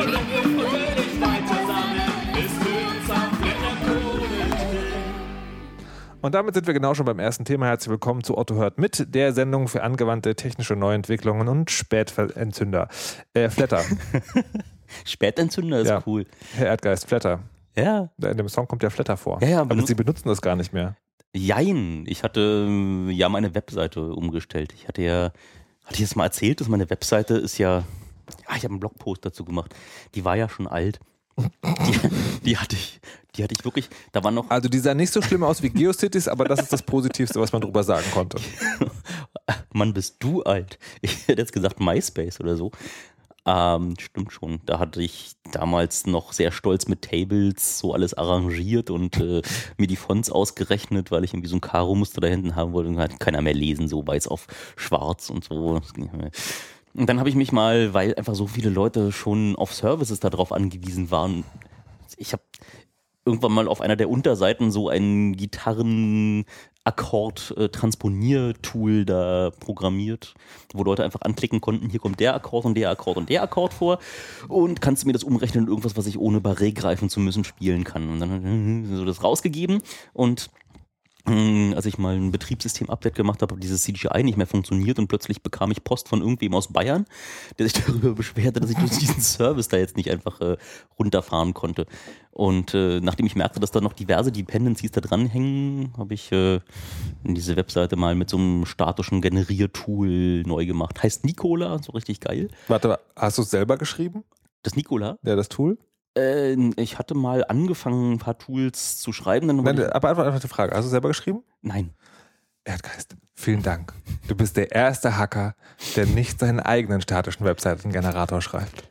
Und wenn wir fröhlich weiter sammeln, bis wir uns am Blätterkohle stehen. Und damit sind wir genau schon beim ersten Thema. Herzlich willkommen zu Otto hört mit, der Sendung für angewandte technische Neuentwicklungen und Spätentzünder. Flatter. Spätentzünder ist cool. Herr Erdgeist, Flatter. Ja. In dem Song kommt ja Flatter vor. Ja, aber Sie benutzen das gar nicht mehr. Jein. Ich hatte ja meine Webseite umgestellt. Hatte ich das mal erzählt, dass meine Webseite ist ja, ich habe einen Blogpost dazu gemacht. Die war ja schon alt. Die hatte ich wirklich, da war noch... Also die sah nicht so schlimm aus wie GeoCities, aber das ist das Positivste, was man drüber sagen konnte. Mann, bist du alt. Ich hätte jetzt gesagt MySpace oder so. Stimmt schon. Da hatte ich damals noch sehr stolz mit Tables so alles arrangiert und mir die Fonts ausgerechnet, weil ich irgendwie so ein Karo-Muster da hinten haben wollte und hat keiner mehr lesen, so weiß auf schwarz und so. Und dann habe ich mich mal, weil einfach so viele Leute schon auf Services darauf angewiesen waren, ich habe irgendwann mal auf einer der Unterseiten so ein Gitarren-Akkord-Transponiertool da programmiert, wo Leute einfach anklicken konnten, hier kommt der Akkord und der Akkord und der Akkord vor und kannst du mir das umrechnen in irgendwas, was ich ohne Barré greifen zu müssen spielen kann. Und dann so das rausgegeben und als ich mal ein Betriebssystem-Update gemacht habe, hat dieses CGI nicht mehr funktioniert und plötzlich bekam ich Post von irgendwem aus Bayern, der sich darüber beschwerte, dass ich durch diesen Service da jetzt nicht einfach runterfahren konnte. Und nachdem ich merkte, dass da noch diverse Dependencies da dranhängen, habe ich diese Webseite mal mit so einem statischen Generiertool neu gemacht. Heißt Nicola, so richtig geil. Warte, hast du es selber geschrieben? Das Nicola? Ja, das Tool? Ich hatte mal angefangen, ein paar Tools zu schreiben. Aber einfach die Frage, hast du selber geschrieben? Nein. Erdgeist, vielen Dank. Du bist der erste Hacker, der nicht seinen eigenen statischen Webseitengenerator schreibt.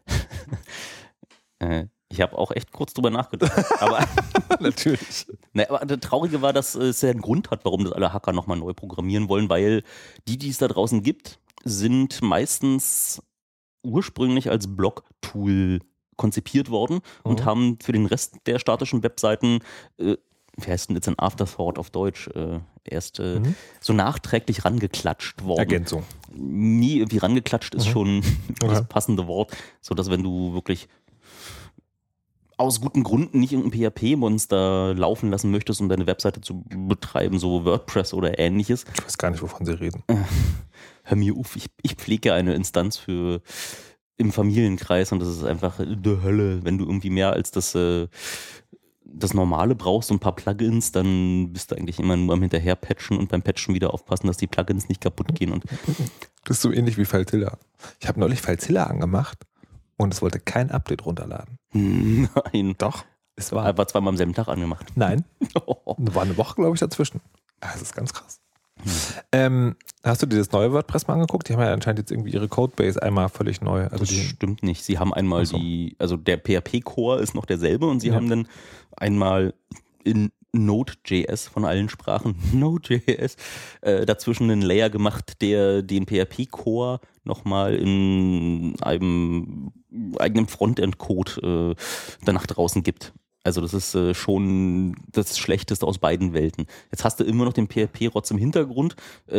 Ich habe auch echt kurz drüber nachgedacht. Aber natürlich. Aber das Traurige war, dass es ja einen Grund hat, warum das alle Hacker nochmal neu programmieren wollen, weil die es da draußen gibt, sind meistens ursprünglich als Blog-Tool konzipiert worden und haben für den Rest der statischen Webseiten, wie heißt denn jetzt ein Afterthought auf Deutsch, erst so nachträglich rangeklatscht worden. Ergänzung. Nie irgendwie rangeklatscht ist schon das passende Wort, sodass wenn du wirklich aus guten Gründen nicht irgendein PHP-Monster laufen lassen möchtest, um deine Webseite zu betreiben, so WordPress oder ähnliches. Ich weiß gar nicht, wovon Sie reden. Hör mir auf, ich pflege eine Instanz im Familienkreis und das ist einfach die Hölle. Wenn du irgendwie mehr als das Normale brauchst, so ein paar Plugins, dann bist du eigentlich immer nur am hinterher patchen und beim Patchen wieder aufpassen, dass die Plugins nicht kaputt gehen. Und das ist so ähnlich wie FileZilla. Ich habe neulich FileZilla angemacht und es wollte kein Update runterladen. Nein. Doch. Es war zweimal am selben Tag angemacht. Nein. War eine Woche, glaube ich, dazwischen. Das ist ganz krass. Hast du dir das neue WordPress mal angeguckt? Die haben ja anscheinend jetzt irgendwie ihre Codebase einmal völlig neu. Also das stimmt nicht. Sie haben einmal also der PHP-Core ist noch derselbe und sie haben dann einmal in Node.js von allen Sprachen, Node.js, dazwischen einen Layer gemacht, der den PHP-Core nochmal in einem eigenen Frontend-Code danach draußen gibt. Also das ist schon das Schlechteste aus beiden Welten. Jetzt hast du immer noch den PHP-Rotz im Hintergrund.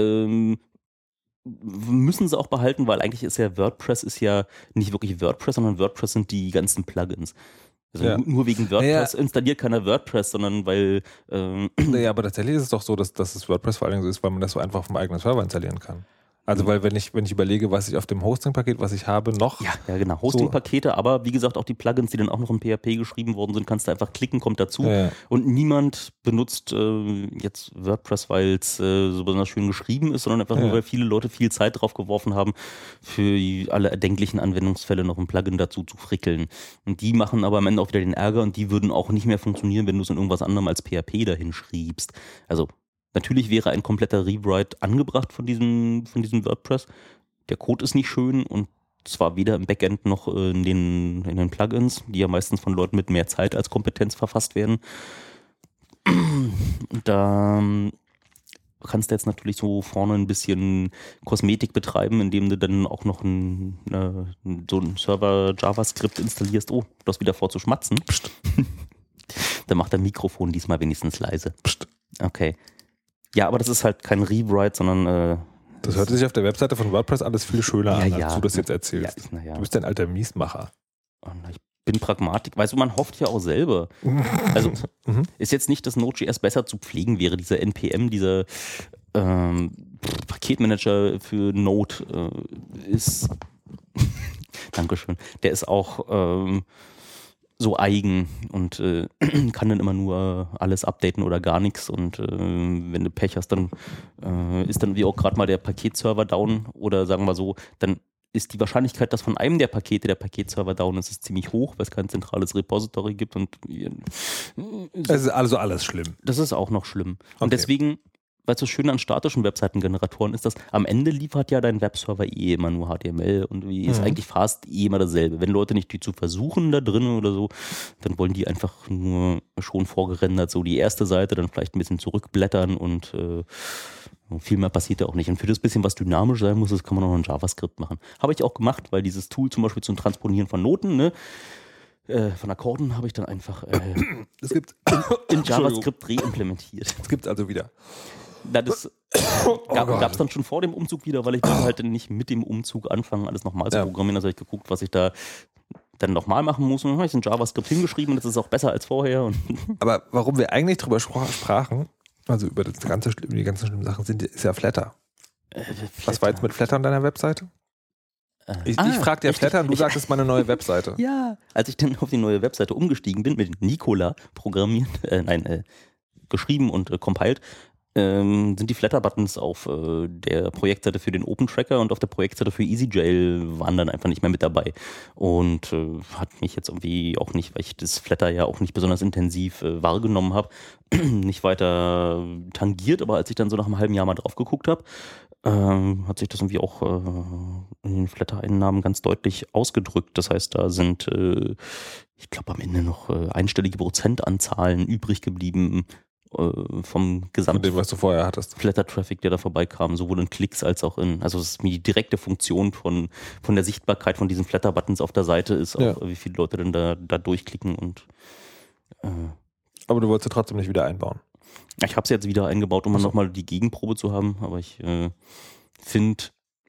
Müssen sie auch behalten, weil eigentlich ist ja WordPress ist ja nicht wirklich WordPress, sondern WordPress sind die ganzen Plugins. Also nur wegen WordPress installiert keiner WordPress, sondern weil... Naja, aber tatsächlich ist es doch so, dass das WordPress vor allen Dingen so ist, weil man das so einfach auf dem eigenen Server installieren kann. Also weil wenn ich überlege, was ich auf dem Hosting-Paket, was ich habe, noch... Ja genau, Hosting-Pakete, aber wie gesagt auch die Plugins, die dann auch noch in PHP geschrieben worden sind, kannst du einfach klicken, kommt dazu. Und niemand benutzt jetzt WordPress, weil es so besonders schön geschrieben ist, sondern einfach nur, weil viele Leute viel Zeit drauf geworfen haben, für alle erdenklichen Anwendungsfälle noch ein Plugin dazu zu frickeln. Und die machen aber am Ende auch wieder den Ärger und die würden auch nicht mehr funktionieren, wenn du es in irgendwas anderem als PHP dahin schriebst. Also natürlich wäre ein kompletter Rewrite angebracht von diesem WordPress. Der Code ist nicht schön und zwar weder im Backend noch in den Plugins, die ja meistens von Leuten mit mehr Zeit als Kompetenz verfasst werden. Da kannst du jetzt natürlich so vorne ein bisschen Kosmetik betreiben, indem du dann auch noch so einen Server JavaScript installierst. Oh, du hast wieder vor zu schmatzen. Psst. Dann macht dein Mikrofon diesmal wenigstens leise. Psst. Okay. Ja, aber das ist halt kein Rewrite, sondern... das hört sich auf der Webseite von WordPress alles viel schöner an, als du das jetzt erzählst. Du bist ein alter Miesmacher. Ich bin Pragmatik. Weißt du, man hofft ja auch selber. Also ist jetzt nicht, dass Node.js besser zu pflegen wäre. Dieser NPM, dieser Paketmanager für Node ist Dankeschön. Der ist auch so eigen und kann dann immer nur alles updaten oder gar nichts. Und wenn du Pech hast, dann ist dann wie auch gerade mal der Paketserver down oder sagen wir so, dann ist die Wahrscheinlichkeit, dass von einem der Pakete der Paketserver down ist ziemlich hoch, weil es kein zentrales Repository gibt. Und es ist also alles schlimm. Das ist auch noch schlimm. Okay. Und deswegen, weil es so schön an statischen Webseitengeneratoren ist, dass am Ende liefert ja dein Webserver immer nur HTML und wie ist eigentlich fast immer dasselbe. Wenn Leute nicht die zu versuchen da drin oder so, dann wollen die einfach nur schon vorgerendert so die erste Seite, dann vielleicht ein bisschen zurückblättern und viel mehr passiert da auch nicht. Und für das bisschen, was dynamisch sein muss, das kann man auch noch in JavaScript machen. Habe ich auch gemacht, weil dieses Tool zum Beispiel zum Transponieren von Noten, ne, von Akkorden habe ich dann einfach in JavaScript reimplementiert. Das gibt es also wieder. Das gab es dann schon vor dem Umzug wieder, weil ich wollte halt nicht mit dem Umzug anfangen, alles nochmal zu programmieren. Also habe ich geguckt, was ich da dann nochmal machen muss. Und dann habe ich in JavaScript hingeschrieben und das ist auch besser als vorher. Aber warum wir eigentlich drüber sprachen, also über die ganzen schlimmen Sachen, ist ja Flatter. Was war jetzt mit Flatter an deiner Webseite? Ich fragte ja Flatter und du sagtest mal eine neue Webseite. Ja, als ich dann auf die neue Webseite umgestiegen bin, mit Nikola geschrieben und compiled, sind die Flatter-Buttons auf der Projektseite für den Open-Tracker und auf der Projektseite für EasyJail waren dann einfach nicht mehr mit dabei. Und hat mich jetzt irgendwie auch nicht, weil ich das Flatter ja auch nicht besonders intensiv wahrgenommen habe, nicht weiter tangiert. Aber als ich dann so nach einem halben Jahr mal drauf geguckt habe, hat sich das irgendwie auch in den Flatter-Einnahmen ganz deutlich ausgedrückt. Das heißt, da sind, ich glaube, am Ende noch einstellige Prozentanzahlen übrig geblieben vom gesamten, was du vorher hattest. Flatter-Traffic, der da vorbeikam, sowohl in Klicks als auch also es ist mir die direkte Funktion von der Sichtbarkeit von diesen Flatter-Buttons auf der Seite ist, auch wie viele Leute denn da durchklicken und aber du wolltest sie trotzdem nicht wieder einbauen. Ich habe es jetzt wieder eingebaut, um nochmal die Gegenprobe zu haben, aber ich finde,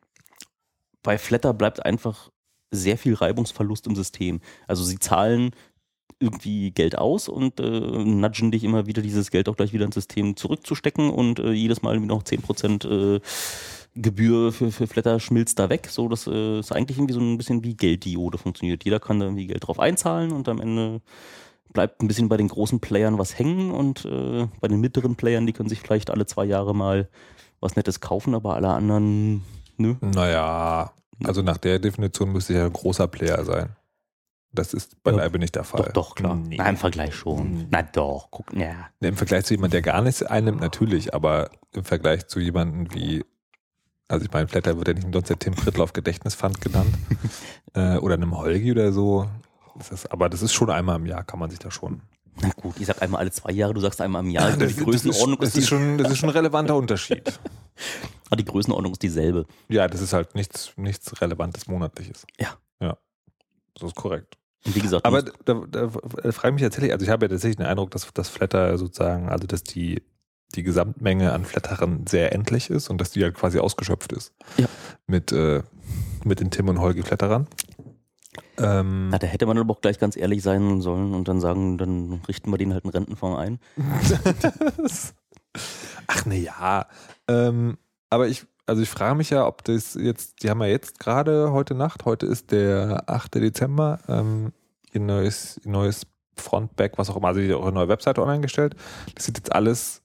bei Flatter bleibt einfach sehr viel Reibungsverlust im System. Also sie zahlen irgendwie Geld aus und nudgen dich immer wieder, dieses Geld auch gleich wieder ins System zurückzustecken und jedes Mal irgendwie noch 10% Gebühr für Flatter schmilzt da weg. So, das ist eigentlich irgendwie so ein bisschen wie Gelddiode funktioniert. Jeder kann da irgendwie Geld drauf einzahlen und am Ende bleibt ein bisschen bei den großen Playern was hängen und bei den mittleren Playern, die können sich vielleicht alle 2 Jahre mal was Nettes kaufen, aber alle anderen, nö. Naja, also nach der Definition müsste ja ein großer Player sein. Das ist beileibe nicht der Fall. Doch, klar. Nee. Na, im Vergleich schon. Na doch, guck, ja. Im Vergleich zu jemandem, der gar nichts einnimmt, natürlich, aber im Vergleich zu jemandem wie, also ich meine, Flatter wird ja nicht umsonst der Tim Prittloff Gedächtnisfund genannt oder einem Holgi oder so. Aber das ist schon einmal im Jahr, kann man sich da schon. Na gut, ich sag einmal alle 2 Jahre, du sagst einmal im Jahr. Die Größenordnung das ist schon ein relevanter Unterschied. Aber die Größenordnung ist dieselbe. Ja, das ist halt nichts Relevantes Monatliches. Ja. Ja, das ist korrekt. Und wie gesagt, aber da frage ich mich tatsächlich, also ich habe ja tatsächlich den Eindruck, dass Flatter sozusagen, also dass die Gesamtmenge an Flatterern sehr endlich ist und dass die halt quasi ausgeschöpft ist. Ja. Mit den Tim und Holgi Flatterern. Da hätte man aber auch gleich ganz ehrlich sein sollen und dann sagen, dann richten wir denen halt einen Rentenfonds ein. Ach ne, ja. Aber ich frage mich ja, ob das jetzt, die haben ja jetzt gerade heute ist der 8. Dezember, ihr neues Frontback, was auch immer, also eure neue Webseite online gestellt. Das sieht jetzt alles,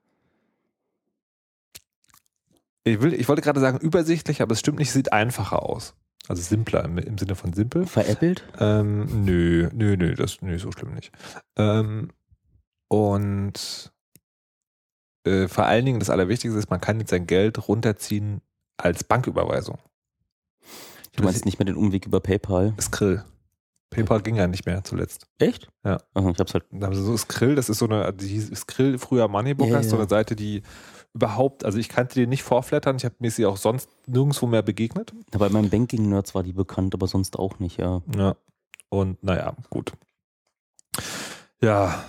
ich wollte gerade sagen übersichtlich, aber es stimmt nicht, es sieht einfacher aus. Also simpler im Sinne von simpel. Veräppelt? Nö, so schlimm nicht. Und vor allen Dingen das Allerwichtigste ist, man kann jetzt sein Geld runterziehen als Banküberweisung. Du meinst nicht mehr den Umweg über PayPal? Skrill. PayPal ging ja nicht mehr zuletzt. Echt? Ja. Aha, ich hab's halt. Also so Skrill, das ist so eine, die hieß Skrill, früher Moneybooker, so eine Seite, die überhaupt, also ich kannte die nicht vorflattern, ich habe mir sie auch sonst nirgendwo mehr begegnet. Ja, bei meinem Banking-Nerds war die bekannt, aber sonst auch nicht, ja. Ja. Und naja, gut. Ja.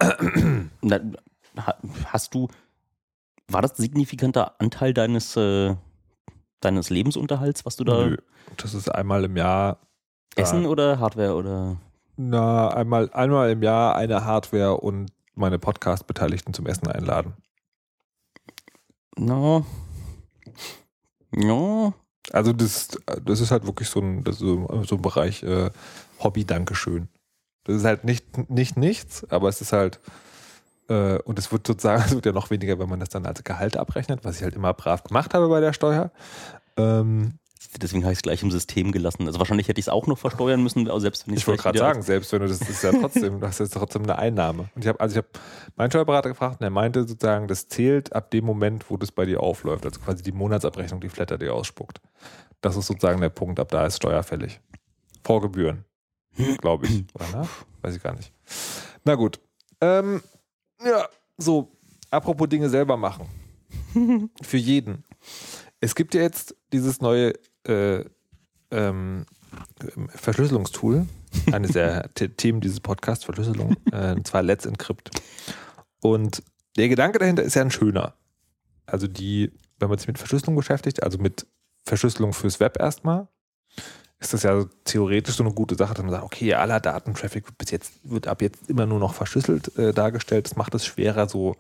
War das ein signifikanter Anteil deines Lebensunterhalts, was du da... Nö. Das ist einmal im Jahr, Essen oder Hardware oder? Na, einmal im Jahr eine Hardware und meine Podcast-Beteiligten zum Essen einladen. No. Also das ist halt wirklich so ein Bereich Hobby-Dankeschön. Das ist halt nicht nichts, aber es ist halt und es wird ja noch weniger, wenn man das dann als Gehalt abrechnet, was ich halt immer brav gemacht habe bei der Steuer. Deswegen habe ich es gleich im System gelassen. Also wahrscheinlich hätte ich es auch noch versteuern müssen, aber selbst wenn ich wollte gerade sagen, selbst wenn du das ist ja trotzdem, das ist trotzdem eine Einnahme. Und ich habe meinen Steuerberater gefragt und er meinte sozusagen, das zählt ab dem Moment, wo das bei dir aufläuft, also quasi die Monatsabrechnung, die Flatter dir ausspuckt. Das ist sozusagen der Punkt, ab da ist steuerfällig. Vor Gebühren, glaube ich. Oder na? Weiß ich gar nicht. Na gut. Ja, so, apropos Dinge selber machen. Für jeden. Es gibt ja jetzt dieses neue Verschlüsselungstool, eines der Themen dieses Podcasts, Verschlüsselung, und zwar Let's Encrypt. Und der Gedanke dahinter ist ja ein schöner. Also wenn man sich mit Verschlüsselung beschäftigt, also mit Verschlüsselung fürs Web erstmal, ist das ja theoretisch so eine gute Sache, dass man sagt, okay, aller Datentraffic wird ab jetzt immer nur noch verschlüsselt dargestellt. Das macht es schwerer, so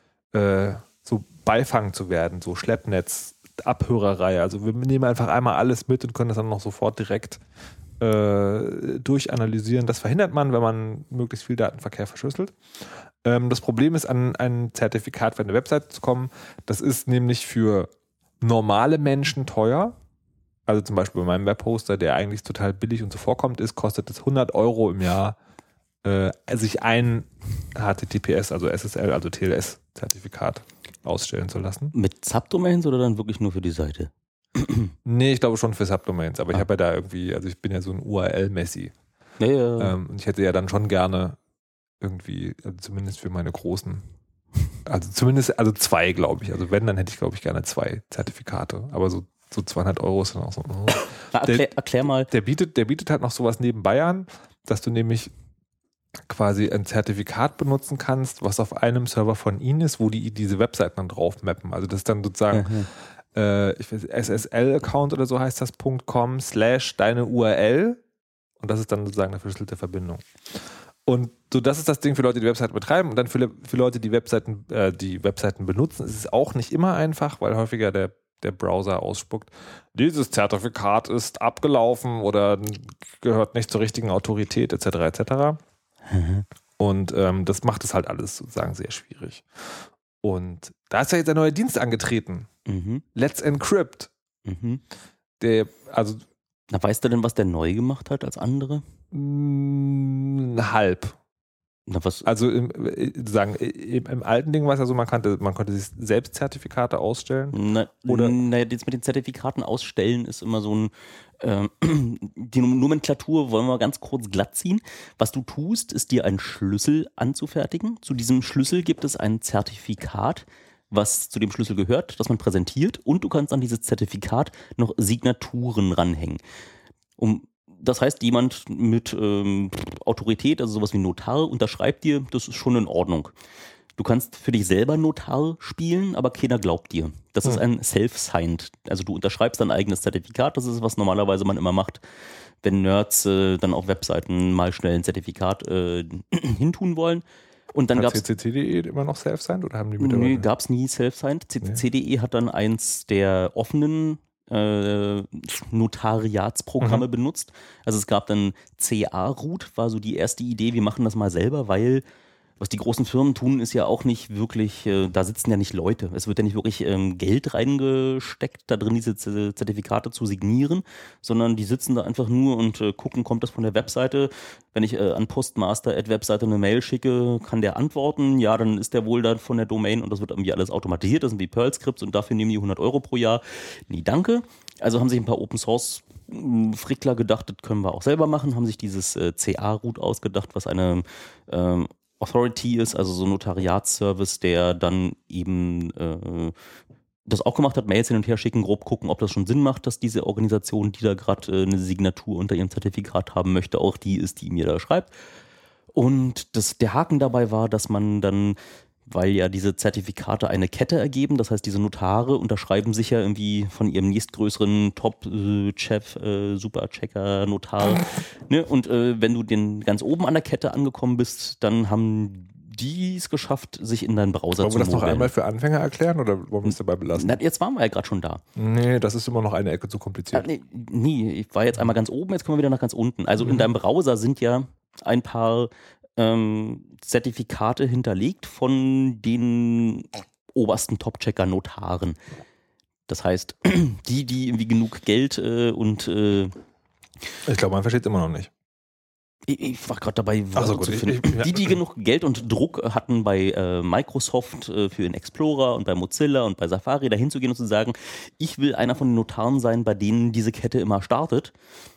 Beifang zu werden, so Schleppnetz, Abhörerei. Also wir nehmen einfach einmal alles mit und können das dann noch sofort direkt durchanalysieren. Das verhindert man, wenn man möglichst viel Datenverkehr verschlüsselt. Das Problem ist, an ein Zertifikat für eine Webseite zu kommen. Das ist nämlich für normale Menschen teuer. Also zum Beispiel bei meinem Webhoster, der eigentlich total billig und zuvorkommt ist, kostet es 100 € im Jahr, sich ein HTTPS, also SSL, also TLS-Zertifikat ausstellen zu lassen. Mit Subdomains oder dann wirklich nur für die Seite? Nee, ich glaube schon für Subdomains, aber ich habe ja da irgendwie, also ich bin ja so ein URL-Messi. Ja. Und ich hätte ja dann schon gerne irgendwie, also zumindest für meine großen, also 2, glaube ich. Also wenn, dann hätte ich, glaube ich, gerne 2 Zertifikate. Aber so 200 € ist dann auch so. Erklär mal. Der bietet halt noch sowas nebenbei an, dass du nämlich quasi ein Zertifikat benutzen kannst, was auf einem Server von ihnen ist, wo die diese Webseiten dann drauf mappen. Also das ist dann sozusagen SSL-Account oder so heißt das .com/deine URL und das ist dann sozusagen eine verschlüsselte Verbindung. Und so, das ist das Ding für Leute, die Webseiten betreiben und dann für Leute, die Webseiten benutzen, ist es auch nicht immer einfach, weil häufiger der Browser ausspuckt, dieses Zertifikat ist abgelaufen oder gehört nicht zur richtigen Autorität etc. etc. Und das macht es halt alles sozusagen sehr schwierig. Und da ist ja jetzt ein neuer Dienst angetreten. Let's Encrypt. Na, weißt du denn, was der neu gemacht hat als andere? Halb. Na, was? Also im alten Ding war es ja so, man konnte sich selbst Zertifikate ausstellen. Jetzt mit den Zertifikaten ausstellen ist immer so ein die Nomenklatur wollen wir ganz kurz glatt ziehen. Was du tust, ist dir einen Schlüssel anzufertigen. Zu diesem Schlüssel gibt es ein Zertifikat, was zu dem Schlüssel gehört, das man präsentiert und du kannst an dieses Zertifikat noch Signaturen ranhängen. Das heißt, jemand mit Autorität, also sowas wie Notar, unterschreibt dir, das ist schon in Ordnung. Du kannst für dich selber Notar spielen, aber keiner glaubt dir. Das ist ein Self-Signed. Also du unterschreibst dein eigenes Zertifikat. Das ist, was normalerweise man immer macht, wenn Nerds dann auf Webseiten mal schnell ein Zertifikat hintun wollen. Und dann gab es CCC.de immer noch Self-Signed oder haben die mittlerweile? Nee, gab es nie Self-Signed. CCC.de hat dann eins der offenen Notariatsprogramme benutzt. Also es gab dann CA-Root, war so die erste Idee, wir machen das mal selber, weil was die großen Firmen tun, ist ja auch nicht wirklich, da sitzen ja nicht Leute. Es wird ja nicht wirklich Geld reingesteckt, da drin diese Zertifikate zu signieren, sondern die sitzen da einfach nur und gucken, kommt das von der Webseite. Wenn ich an Postmaster@Webseite eine Mail schicke, kann der antworten, ja, dann ist der wohl da von der Domain und das wird irgendwie alles automatisiert, das sind wie Perl-Skripts und dafür nehmen die 100 € pro Jahr. Nee, danke. Also haben sich ein paar Open-Source-Frickler gedacht, das können wir auch selber machen, haben sich dieses CA-Root ausgedacht, was eine Authority ist, also so ein Notariatsservice, der dann eben das auch gemacht hat, Mails hin und her schicken, grob gucken, ob das schon Sinn macht, dass diese Organisation, die da gerade eine Signatur unter ihrem Zertifikat haben möchte, auch die ist, die mir da schreibt. Und der Haken dabei war, dass man dann, weil ja diese Zertifikate eine Kette ergeben. Das heißt, diese Notare unterschreiben sich ja irgendwie von ihrem nächstgrößeren Top-Chef, Superchecker, Notar. Ne? Und wenn du den ganz oben an der Kette angekommen bist, dann haben die es geschafft, sich in deinen Browser zu mogeln. Wollen wir das noch einmal für Anfänger erklären oder wollen wir es dabei belassen? Na, jetzt waren wir ja gerade schon da. Nee, das ist immer noch eine Ecke zu kompliziert. Nee, ich war jetzt einmal ganz oben, jetzt kommen wir wieder nach ganz unten. Also in deinem Browser sind ja ein paar Zertifikate hinterlegt von den obersten Top-Checker-Notaren. Das heißt, die irgendwie genug Geld und ich glaube, man versteht es immer noch nicht. Ich war gerade dabei, gut, zu finden. Die genug Geld und Druck hatten bei Microsoft für den Explorer und bei Mozilla und bei Safari dahin zu gehen und zu sagen, ich will einer von den Notaren sein, bei denen diese Kette immer startet.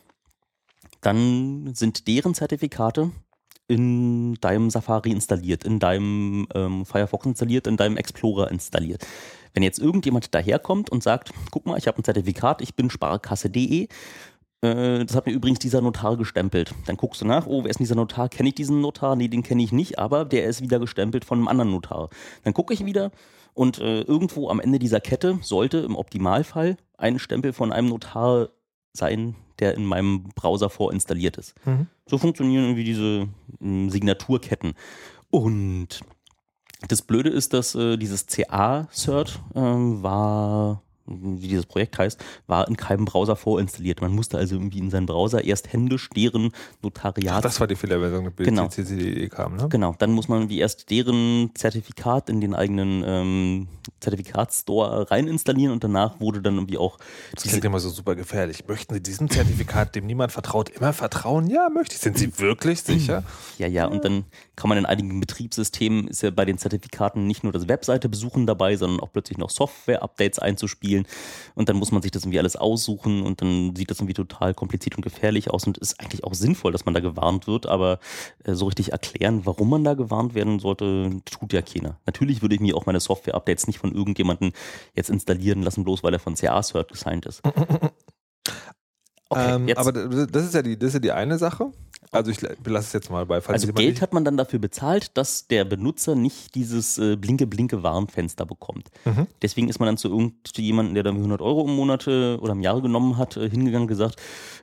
Dann sind deren Zertifikate in deinem Safari installiert, in deinem Firefox installiert, in deinem Explorer installiert. Wenn jetzt irgendjemand daherkommt und sagt, guck mal, ich habe ein Zertifikat, ich bin Sparkasse.de, das hat mir übrigens dieser Notar gestempelt. Dann guckst du nach, wer ist denn dieser Notar? Kenne ich diesen Notar? Nee, den kenne ich nicht, aber der ist wieder gestempelt von einem anderen Notar. Dann gucke ich wieder und irgendwo am Ende dieser Kette sollte im Optimalfall ein Stempel von einem Notar sein, der in meinem Browser vorinstalliert ist. So funktionieren irgendwie diese Signaturketten. Und das Blöde ist, dass dieses CA-Cert war, wie dieses Projekt heißt, war in keinem Browser vorinstalliert. Man musste also irgendwie in seinen Browser erst händisch deren Notariat... Das war die Fehlerversion, mit BCC.de kam, ne? Genau, dann muss man irgendwie erst deren Zertifikat in den eigenen Zertifikatsstore rein installieren und danach wurde dann irgendwie auch... Das klingt immer so super gefährlich. Möchten Sie diesem Zertifikat, dem niemand vertraut, immer vertrauen? Ja, möchte ich. Sind Sie wirklich sicher? Ja, und dann kann man in einigen Betriebssystemen, ist ja bei den Zertifikaten nicht nur das Webseite besuchen dabei, sondern auch plötzlich noch Software-Updates einzuspielen. Und dann muss man sich das irgendwie alles aussuchen und dann sieht das irgendwie total kompliziert und gefährlich aus und ist eigentlich auch sinnvoll, dass man da gewarnt wird, aber so richtig erklären, warum man da gewarnt werden sollte, tut ja keiner. Natürlich würde ich mir auch meine Software-Updates nicht von irgendjemandem jetzt installieren lassen, bloß weil er von CA-Cert gesigned ist. Okay, aber das ist ja die eine Sache. Also ich lasse es jetzt mal bei. Also Geld hat man dann dafür bezahlt, dass der Benutzer nicht dieses blinke-Warnfenster bekommt. Deswegen ist man dann zu irgendjemandem, der dann 100 € im Monat oder im Jahr genommen hat, hingegangen und gesagt,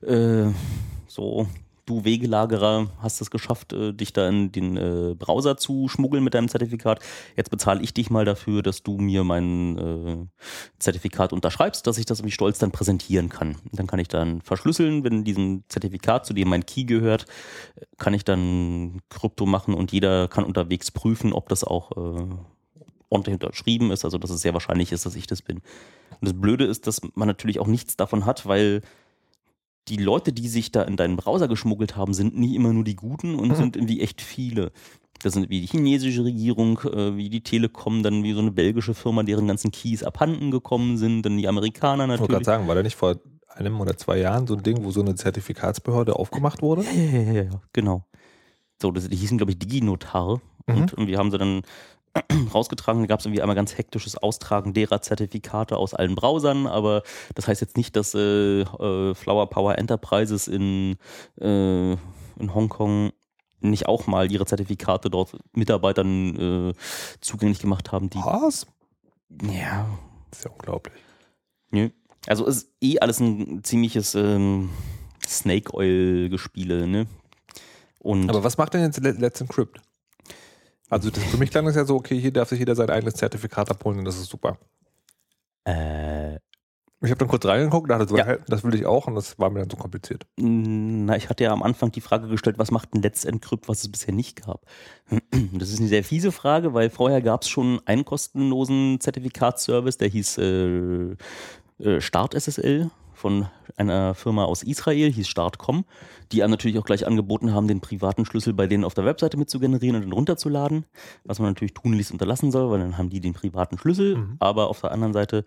du Wegelagerer hast es geschafft, dich da in den Browser zu schmuggeln mit deinem Zertifikat. Jetzt bezahle ich dich mal dafür, dass du mir mein Zertifikat unterschreibst, dass ich das irgendwie stolz dann präsentieren kann. Dann kann ich dann verschlüsseln, wenn diesem Zertifikat, zu dem mein Key gehört, kann ich dann Krypto machen und jeder kann unterwegs prüfen, ob das auch ordentlich unterschrieben ist, also dass es sehr wahrscheinlich ist, dass ich das bin. Und das Blöde ist, dass man natürlich auch nichts davon hat, weil die Leute, die sich da in deinen Browser geschmuggelt haben, sind nie immer nur die Guten und sind irgendwie echt viele. Das sind wie die chinesische Regierung, wie die Telekom, dann wie so eine belgische Firma, deren ganzen Keys abhanden gekommen sind, dann die Amerikaner natürlich. Ich wollte gerade sagen, war da nicht vor 1 oder 2 Jahren so ein Ding, wo so eine Zertifikatsbehörde aufgemacht wurde? Ja, genau. So, die hießen, glaube ich, DigiNotar. Und irgendwie haben sie dann rausgetragen, da gab es irgendwie einmal ganz hektisches Austragen derer Zertifikate aus allen Browsern, aber das heißt jetzt nicht, dass Flower Power Enterprises in Hongkong nicht auch mal ihre Zertifikate dort Mitarbeitern zugänglich gemacht haben. Was? Ja. Das ist ja unglaublich. Nö. Also ist alles ein ziemliches Snake Oil Gespiele, ne? Aber was macht denn jetzt Let's Encrypt? Also für mich klang das ja so, okay, hier darf sich jeder sein eigenes Zertifikat abholen und das ist super. Ich habe dann kurz reingeguckt und dachte, ja, das will ich auch und das war mir dann so kompliziert. Na, ich hatte ja am Anfang die Frage gestellt, was macht ein Let's Encrypt, was es bisher nicht gab? Das ist eine sehr fiese Frage, weil vorher gab es schon einen kostenlosen Zertifikatsservice, der hieß Start SSL von einer Firma aus Israel, hieß Start.com, die einem natürlich auch gleich angeboten haben, den privaten Schlüssel bei denen auf der Webseite mit zu generieren und dann runterzuladen, was man natürlich tunlichst unterlassen soll, weil dann haben die den privaten Schlüssel, aber auf der anderen Seite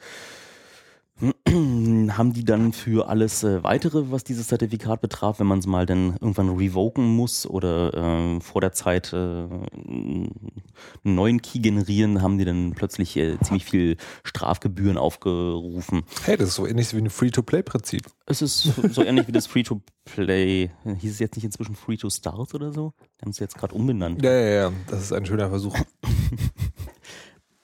haben die dann für alles Weitere, was dieses Zertifikat betraf, wenn man es mal dann irgendwann revoken muss oder vor der Zeit einen neuen Key generieren, haben die dann plötzlich ziemlich viel Strafgebühren aufgerufen. Hey, das ist so ähnlich wie ein Free-to-Play-Prinzip. Es ist so ähnlich wie das Free-to-Play. Hieß es jetzt nicht inzwischen Free-to-Start oder so? Die haben es jetzt gerade umbenannt. Ja, das ist ein schöner Versuch.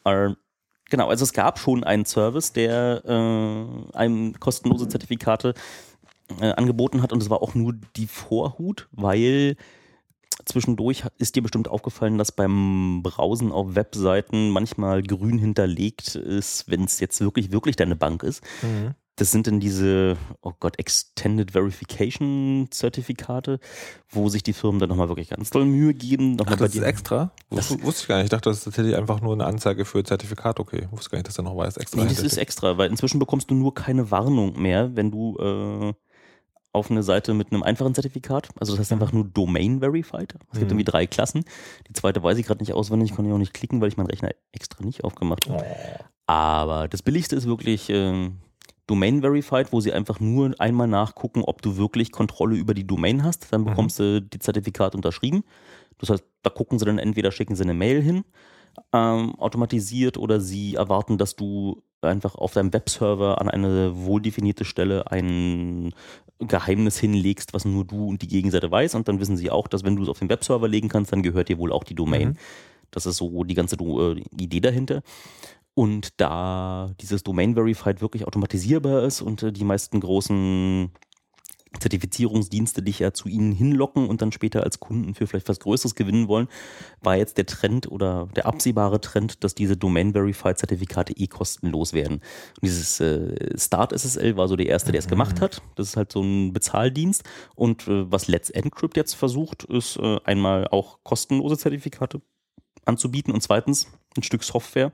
Genau, also es gab schon einen Service, der einem kostenlose Zertifikate angeboten hat und es war auch nur die Vorhut, weil zwischendurch ist dir bestimmt aufgefallen, dass beim Browsen auf Webseiten manchmal grün hinterlegt ist, wenn es jetzt wirklich deine Bank ist. Mhm. Das sind dann diese, Extended Verification Zertifikate, wo sich die Firmen dann nochmal wirklich ganz doll Mühe geben. Ach, das ist extra? Das wusste ich gar nicht. Ich dachte, das ist tatsächlich einfach nur eine Anzeige für Zertifikat. Okay, ich wusste gar nicht, dass da noch was extra ist. Nee, das ist extra, weil inzwischen bekommst du nur keine Warnung mehr, wenn du auf eine Seite mit einem einfachen Zertifikat, also das heißt einfach nur Domain Verified. Es gibt irgendwie 3 Klassen. Die zweite weiß ich gerade nicht auswendig, konnte ich auch nicht klicken, weil ich meinen Rechner extra nicht aufgemacht habe. Aber das billigste ist wirklich Domain Verified, wo sie einfach nur einmal nachgucken, ob du wirklich Kontrolle über die Domain hast. Dann bekommst du die Zertifikat unterschrieben. Das heißt, da gucken sie dann entweder, schicken sie eine Mail hin, automatisiert, oder sie erwarten, dass du einfach auf deinem Webserver an eine wohldefinierte Stelle ein Geheimnis hinlegst, was nur du und die Gegenseite weiß, und dann wissen sie auch, dass wenn du es auf den Webserver legen kannst, dann gehört dir wohl auch die Domain. Das ist so die ganze Idee dahinter. Und da dieses Domain Verified wirklich automatisierbar ist und die meisten großen Zertifizierungsdienste dich ja zu ihnen hinlocken und dann später als Kunden für vielleicht was Größeres gewinnen wollen, war jetzt der Trend oder der absehbare Trend, dass diese Domain-Verified-Zertifikate kostenlos werden. Und dieses Start SSL war so der erste, der es gemacht hat. Das ist halt so ein Bezahldienst. Und was Let's Encrypt jetzt versucht, ist einmal auch kostenlose Zertifikate anzubieten und zweitens ein Stück Software,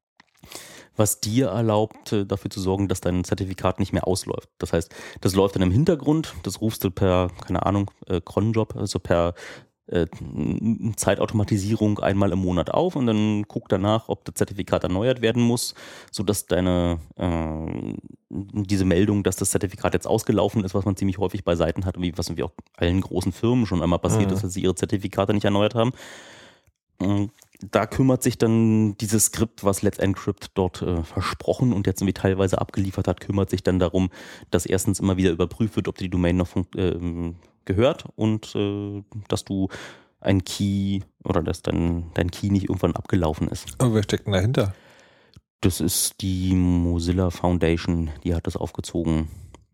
was dir erlaubt, dafür zu sorgen, dass dein Zertifikat nicht mehr ausläuft. Das heißt, das läuft dann im Hintergrund, das rufst du per, keine Ahnung, Cronjob, also per Zeitautomatisierung einmal im Monat auf und dann guck danach, ob das Zertifikat erneuert werden muss, sodass diese Meldung, dass das Zertifikat jetzt ausgelaufen ist, was man ziemlich häufig bei Seiten hat, was irgendwie auch allen großen Firmen schon einmal passiert ist, dass sie ihre Zertifikate nicht erneuert haben. Da kümmert sich dann dieses Skript, was Let's Encrypt dort versprochen und jetzt irgendwie teilweise abgeliefert hat, kümmert sich dann darum, dass erstens immer wieder überprüft wird, ob die Domain noch gehört und dass du ein Key oder dass dein Key nicht irgendwann abgelaufen ist. Aber wer steckt denn dahinter? Das ist die Mozilla Foundation, die hat das aufgezogen.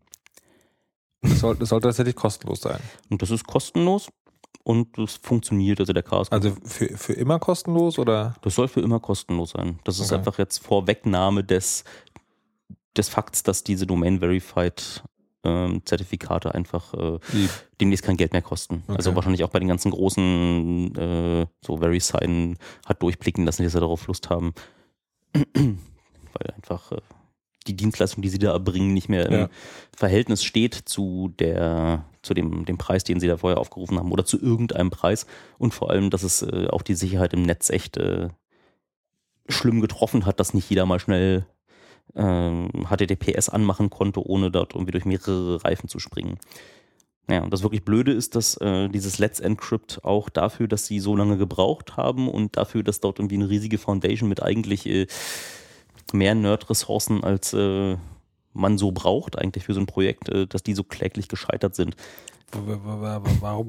Das sollte tatsächlich kostenlos sein. Und das ist kostenlos. Und das funktioniert, also der Chaos. Also für immer kostenlos, oder? Das soll für immer kostenlos sein. Das ist einfach jetzt Vorwegnahme des Fakts, dass diese Domain-Verified Zertifikate einfach demnächst kein Geld mehr kosten. Okay. Also wahrscheinlich auch bei den ganzen großen so VeriSign hat durchblicken lassen, die sie darauf Lust haben. Weil einfach die Dienstleistung, die sie da erbringen, nicht mehr im Verhältnis steht zu dem Preis, den sie da vorher aufgerufen haben oder zu irgendeinem Preis, und vor allem, dass es auch die Sicherheit im Netz echt schlimm getroffen hat, dass nicht jeder mal schnell HTTPS anmachen konnte, ohne dort irgendwie durch mehrere Reifen zu springen. Ja, und das wirklich Blöde ist, dass dieses Let's Encrypt auch dafür, dass sie so lange gebraucht haben und dafür, dass dort irgendwie eine riesige Foundation mit eigentlich mehr Nerd-Ressourcen als man so braucht eigentlich für so ein Projekt, dass die so kläglich gescheitert sind. Warum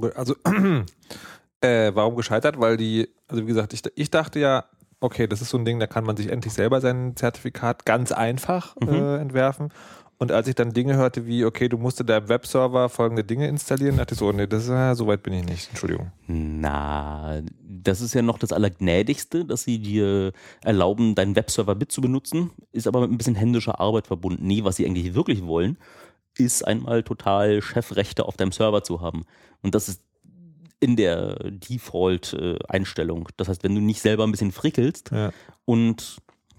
gescheitert? Weil also wie gesagt, ich dachte ja, okay, das ist so ein Ding, da kann man sich endlich selber sein Zertifikat ganz einfach entwerfen. Und als ich dann Dinge hörte wie, okay, du musst in deinem Webserver folgende Dinge installieren, dachte ich so, nee, so weit bin ich nicht, Entschuldigung. Na, das ist ja noch das Allergnädigste, dass sie dir erlauben, deinen Webserver mitzubenutzen, ist aber mit ein bisschen händischer Arbeit verbunden. Nee, was sie eigentlich wirklich wollen, ist einmal total Chefrechte auf deinem Server zu haben. Und das ist in der Default-Einstellung. Das heißt, wenn du nicht selber ein bisschen frickelst und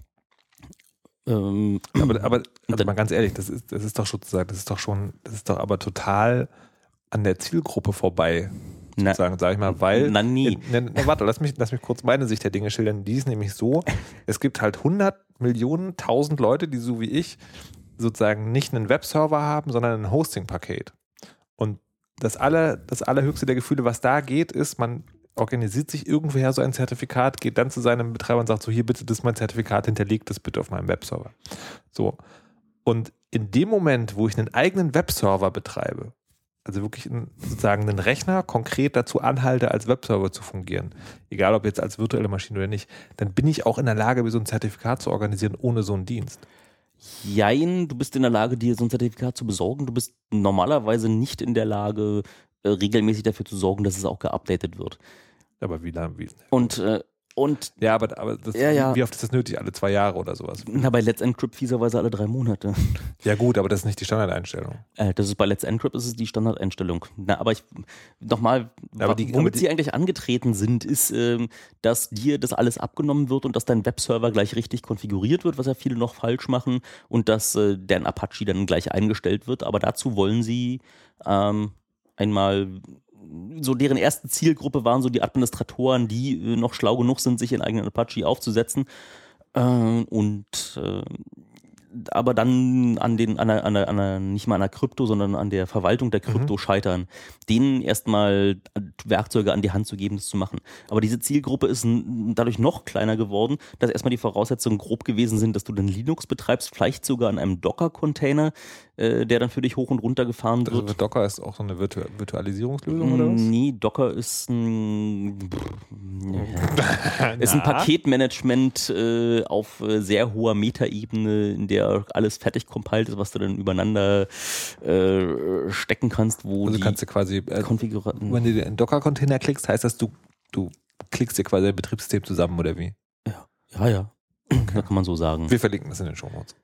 aber mal ganz ehrlich, das ist doch aber total an der Zielgruppe vorbei, sozusagen, sag ich mal, weil warte, lass mich kurz meine Sicht der Dinge schildern. Die ist nämlich so, es gibt halt 100 Millionen, 1000 Leute, die so wie ich sozusagen nicht einen Webserver haben, sondern ein Hosting-Paket. Und das allerhöchste der Gefühle, was da geht, ist, man organisiert sich irgendwoher so ein Zertifikat, geht dann zu seinem Betreiber und sagt so, hier bitte, das ist mein Zertifikat, hinterlegt das bitte auf meinem Webserver. So. Und in dem Moment, wo ich einen eigenen Webserver betreibe, also wirklich sozusagen einen Rechner konkret dazu anhalte, als Webserver zu fungieren, egal ob jetzt als virtuelle Maschine oder nicht, dann bin ich auch in der Lage, mir so ein Zertifikat zu organisieren ohne so einen Dienst. Jein, du bist in der Lage, dir so ein Zertifikat zu besorgen. Du bist normalerweise nicht in der Lage, regelmäßig dafür zu sorgen, dass es auch geupdatet wird. Aber wie lange? Und ja, aber das, wie oft ist das nötig? Alle 2 Jahre oder sowas? Na, bei Let's Encrypt fieserweise alle 3 Monate. Ja gut, aber das ist nicht die Standardeinstellung. Das ist bei Let's Encrypt ist es die Standardeinstellung. Na, aber womit sie eigentlich angetreten sind, ist, dass dir das alles abgenommen wird und dass dein Webserver gleich richtig konfiguriert wird, was ja viele noch falsch machen, und dass deren Apache dann gleich eingestellt wird. Aber dazu wollen sie einmal, so deren erste Zielgruppe waren so die Administratoren, die noch schlau genug sind, sich ihren eigenen Apache aufzusetzen, aber dann nicht mal an der Krypto, sondern an der Verwaltung der Krypto scheitern, denen erstmal Werkzeuge an die Hand zu geben, das zu machen. Aber diese Zielgruppe ist dadurch noch kleiner geworden, dass erstmal die Voraussetzungen grob gewesen sind, dass du dann Linux betreibst, vielleicht sogar an einem Docker-Container, der dann für dich hoch und runter gefahren wird. Also Docker ist auch so eine Virtualisierungslösung oder was? Nee, Docker ist ein Paketmanagement auf sehr hoher Metaebene, in der alles fertig compiled ist, was du dann übereinander stecken kannst, wo also kannst du quasi, wenn du den Docker-Container klickst, heißt das, du klickst dir quasi ein Betriebssystem zusammen, oder wie? Ja. Okay. Da kann man so sagen. Wir verlinken das in den Shownotes.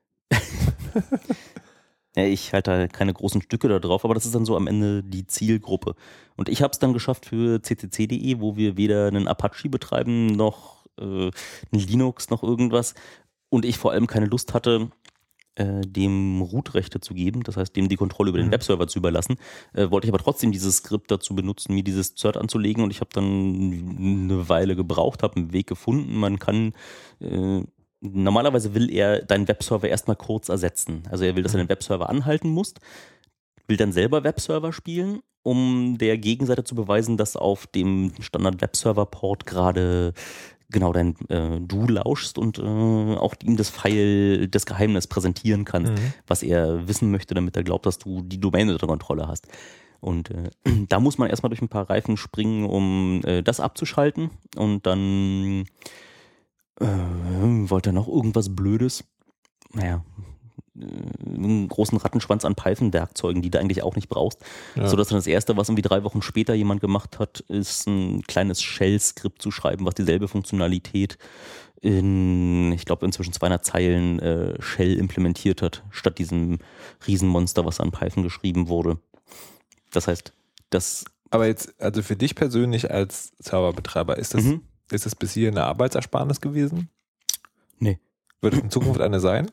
Ja, ich halte da keine großen Stücke da drauf, aber das ist dann so am Ende die Zielgruppe. Und ich habe es dann geschafft für ccc.de, wo wir weder einen Apache betreiben, noch ein Linux, noch irgendwas. Und ich vor allem keine Lust hatte, dem Root-Rechte zu geben, das heißt, dem die Kontrolle über den Webserver zu überlassen, wollte ich aber trotzdem dieses Skript dazu benutzen, mir dieses Cert anzulegen, und ich habe dann eine Weile gebraucht, habe einen Weg gefunden. Man kann normalerweise will er deinen Webserver erstmal kurz ersetzen. Also er will, dass du den Webserver anhalten musst, will dann selber Webserver spielen, um der Gegenseite zu beweisen, dass auf dem Standard-Webserver-Port gerade genau du lauschst und auch ihm das Geheimnis präsentieren kannst, was er wissen möchte, damit er glaubt, dass du die Domäne unter Kontrolle hast. Und da muss man erstmal durch ein paar Reifen springen, um das abzuschalten, und dann wollte er noch irgendwas Blödes. Naja, einen großen Rattenschwanz an Python-Werkzeugen, die du eigentlich auch nicht brauchst. Ja. Sodass dann das Erste, was irgendwie 3 Wochen später jemand gemacht hat, ist ein kleines Shell-Skript zu schreiben, was dieselbe Funktionalität in, ich glaube, inzwischen 200 Zeilen Shell implementiert hat, statt diesem Riesenmonster, was an Python geschrieben wurde. Das heißt, das... Aber jetzt, also für dich persönlich als Serverbetreiber, ist das bis hier eine Arbeitsersparnis gewesen? Nee. Wird es in Zukunft eine sein?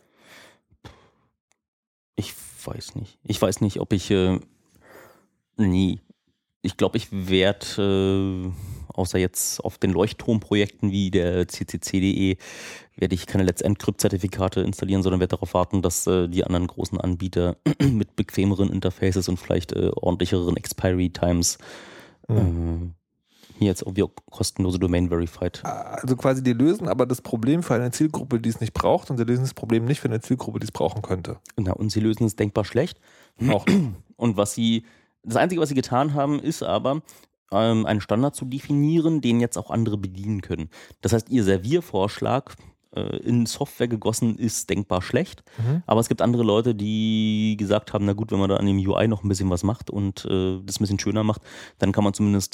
Ich weiß nicht. Ich weiß nicht, ob ich nie. Ich glaube, ich werde, außer jetzt auf den Leuchtturmprojekten wie der ccc.de, werde ich keine Let's Encrypt-Zertifikate installieren, sondern werde darauf warten, dass die anderen großen Anbieter mit bequemeren Interfaces und vielleicht ordentlicheren Expiry-Times hier jetzt irgendwie kostenlose Domain Verified. Also quasi die lösen aber das Problem für eine Zielgruppe, die es nicht braucht, und sie lösen das Problem nicht für eine Zielgruppe, die es brauchen könnte. Na, und sie lösen es denkbar schlecht. Auch. Und das Einzige, was sie getan haben, ist aber, einen Standard zu definieren, den jetzt auch andere bedienen können. Das heißt, ihr Serviervorschlag in Software gegossen ist denkbar schlecht, aber es gibt andere Leute, die gesagt haben, na gut, wenn man da an dem UI noch ein bisschen was macht und das ein bisschen schöner macht, dann kann man zumindest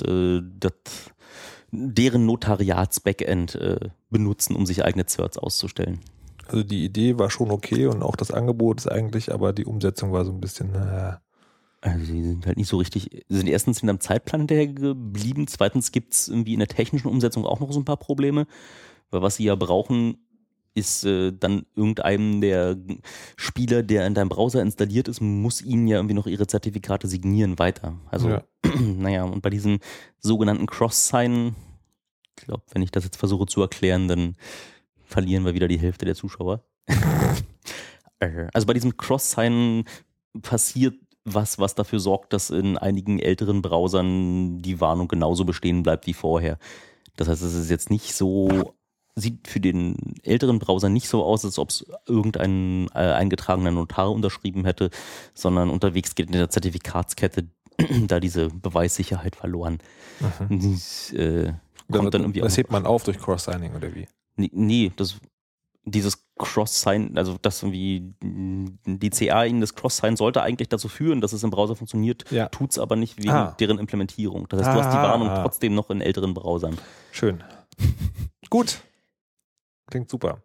deren Notariats-Backend benutzen, um sich eigene Certs auszustellen. Also die Idee war schon okay und auch das Angebot ist eigentlich, aber die Umsetzung war so ein bisschen... Also sie sind halt nicht so richtig, sind erstens in einem Zeitplan hinterher geblieben, zweitens gibt es irgendwie in der technischen Umsetzung auch noch so ein paar Probleme, weil was sie ja brauchen, ist dann irgendeinem der Spieler, der in deinem Browser installiert ist, muss ihnen ja irgendwie noch ihre Zertifikate signieren weiter. Also, naja, und bei diesem sogenannten Cross-Sign, ich glaube, wenn ich das jetzt versuche zu erklären, dann verlieren wir wieder die Hälfte der Zuschauer. Also bei diesem Cross-Sign passiert was dafür sorgt, dass in einigen älteren Browsern die Warnung genauso bestehen bleibt wie vorher. Das heißt, es ist jetzt nicht so, sieht für den älteren Browser nicht so aus, als ob es irgendein eingetragener Notar unterschrieben hätte, sondern unterwegs geht in der Zertifikatskette da diese Beweissicherheit verloren. Das, kommt dann irgendwie das hebt man auf durch Cross-Signing oder wie? Nee, dieses Cross-Sign, also dass irgendwie die CA ihnen das Cross-Sign sollte eigentlich dazu führen, dass es im Browser funktioniert, tut es aber nicht wegen deren Implementierung. Das heißt, du hast die Warnung trotzdem noch in älteren Browsern. Schön. Gut. Klingt super.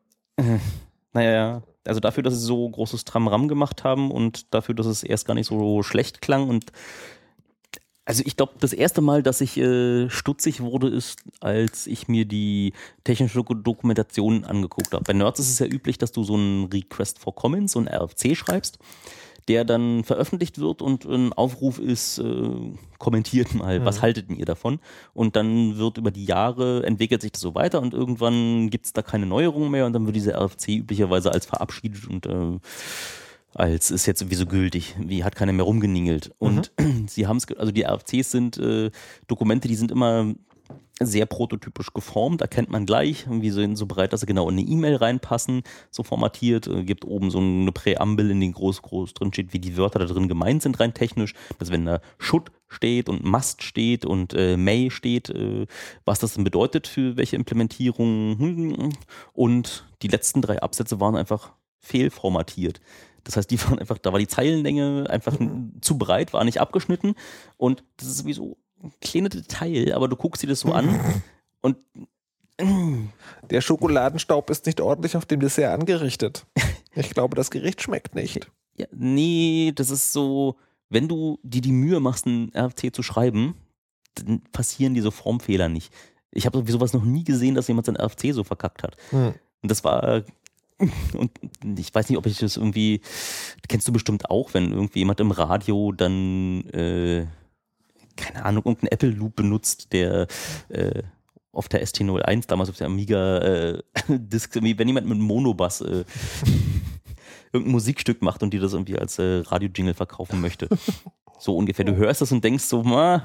Naja, also dafür, dass sie so großes Tramram gemacht haben und dafür, dass es erst gar nicht so schlecht klang und also ich glaube, das erste Mal, dass ich stutzig wurde, ist, als ich mir die technische Dokumentation angeguckt habe. Bei Nerds ist es ja üblich, dass du so einen Request for Comments, so einen RFC schreibst, der dann veröffentlicht wird und ein Aufruf ist, kommentiert mal, was haltet ihr davon? Und dann wird über die Jahre, entwickelt sich das so weiter und irgendwann gibt es da keine Neuerungen mehr und dann wird dieser RFC üblicherweise als verabschiedet und als ist jetzt sowieso gültig, wie hat keiner mehr rumgeningelt. Und sie haben es, also die RFCs sind Dokumente, die sind immer sehr prototypisch geformt, erkennt man gleich, wie sind so breit, dass sie genau in eine E-Mail reinpassen, so formatiert, gibt oben so eine Präambel, in den groß drin steht, wie die Wörter da drin gemeint sind, rein technisch, dass wenn da should steht und must steht und may steht, was das denn bedeutet für welche Implementierung und die letzten 3 Absätze waren einfach fehlformatiert. Das heißt, die waren einfach, da war die Zeilenlänge einfach zu breit, war nicht abgeschnitten und das ist sowieso ein kleines Detail, aber du guckst dir das so an und der Schokoladenstaub ist nicht ordentlich auf dem Dessert angerichtet. Ich glaube, das Gericht schmeckt nicht. Ja, nee, das ist so, wenn du dir die Mühe machst, einen RFC zu schreiben, dann passieren diese Formfehler nicht. Ich habe sowas noch nie gesehen, dass jemand seinen RFC so verkackt hat. Und das war und ich weiß nicht, ob ich das irgendwie, kennst du bestimmt auch, wenn irgendwie jemand im Radio dann, keine Ahnung, irgendeinen Apple Loop benutzt, der auf der ST01, damals auf der Amiga Disk, wenn jemand mit einem Monobass irgendein Musikstück macht und dir das irgendwie als Radio-Jingle verkaufen möchte. So ungefähr. Du hörst das und denkst so, kann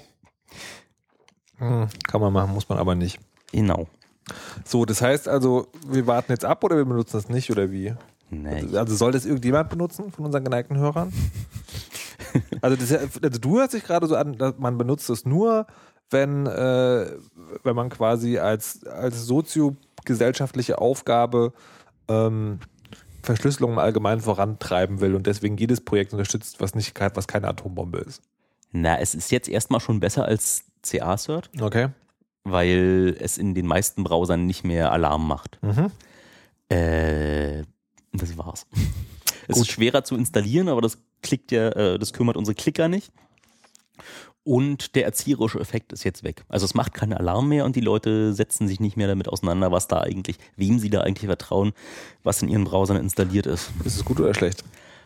man machen, muss man aber nicht. Genau. So, das heißt also, wir warten jetzt ab oder wir benutzen das nicht oder wie? Nee. Also soll das irgendjemand benutzen von unseren geneigten Hörern? Also du hörst dich gerade so an, man benutzt es nur, wenn man quasi als soziogesellschaftliche Aufgabe Verschlüsselung im Allgemeinen vorantreiben will und deswegen jedes Projekt unterstützt, was keine Atombombe ist. Na, es ist jetzt erstmal schon besser als CA-Cert. Okay. Weil es in den meisten Browsern nicht mehr Alarm macht. Das war's. Es ist schwerer zu installieren, aber das kümmert unsere Klicker nicht. Und der erzieherische Effekt ist jetzt weg. Also es macht keinen Alarm mehr und die Leute setzen sich nicht mehr damit auseinander, wem sie da eigentlich vertrauen, was in ihren Browsern installiert ist. Ist es gut oder schlecht?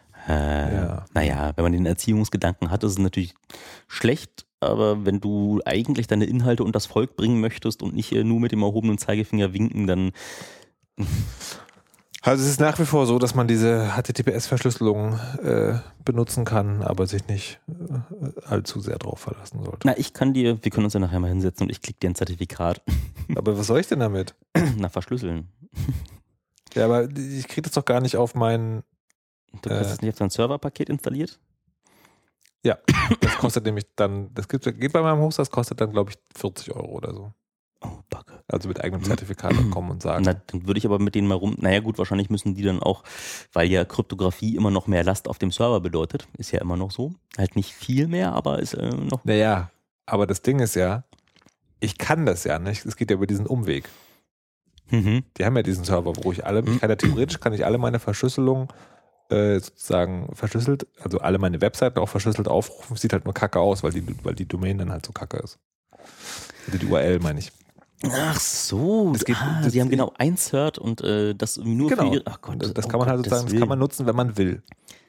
Naja, wenn man den Erziehungsgedanken hat, ist es natürlich schlecht. Aber wenn du eigentlich deine Inhalte und das Volk bringen möchtest und nicht nur mit dem erhobenen Zeigefinger winken, dann... Also es ist nach wie vor so, dass man diese HTTPS-Verschlüsselung benutzen kann, aber sich nicht allzu sehr drauf verlassen sollte. Na, wir können uns ja nachher mal hinsetzen und ich klicke dir ein Zertifikat. Aber was soll ich denn damit? Na, verschlüsseln. Ja, aber ich kriege das doch gar nicht auf meinen... Du hast es nicht auf dein Serverpaket installiert? Ja, das kostet nämlich dann, geht bei meinem Hoster, das kostet dann, glaube ich, 40 € oder so. Oh, Backe. Also mit eigenem Zertifikat kommen und sagen. Na, dann würde ich aber mit denen mal naja gut, wahrscheinlich müssen die dann auch, weil ja Kryptographie immer noch mehr Last auf dem Server bedeutet, ist ja immer noch so. Halt nicht viel mehr, aber ist noch... Naja, aber das Ding ist ja, ich kann das ja nicht, es geht ja über diesen Umweg. Die haben ja diesen Server, wo ich theoretisch kann ich alle meine Verschlüsselungen sozusagen verschlüsselt, also alle meine Webseiten auch verschlüsselt aufrufen, sieht halt nur kacke aus, weil die Domain dann halt so kacke ist. Also die URL meine ich. Ach so, sie haben genau ein Cert und das nur genau. für ihre... Ach Gott, das kann man halt sozusagen, das kann man nutzen, wenn man will.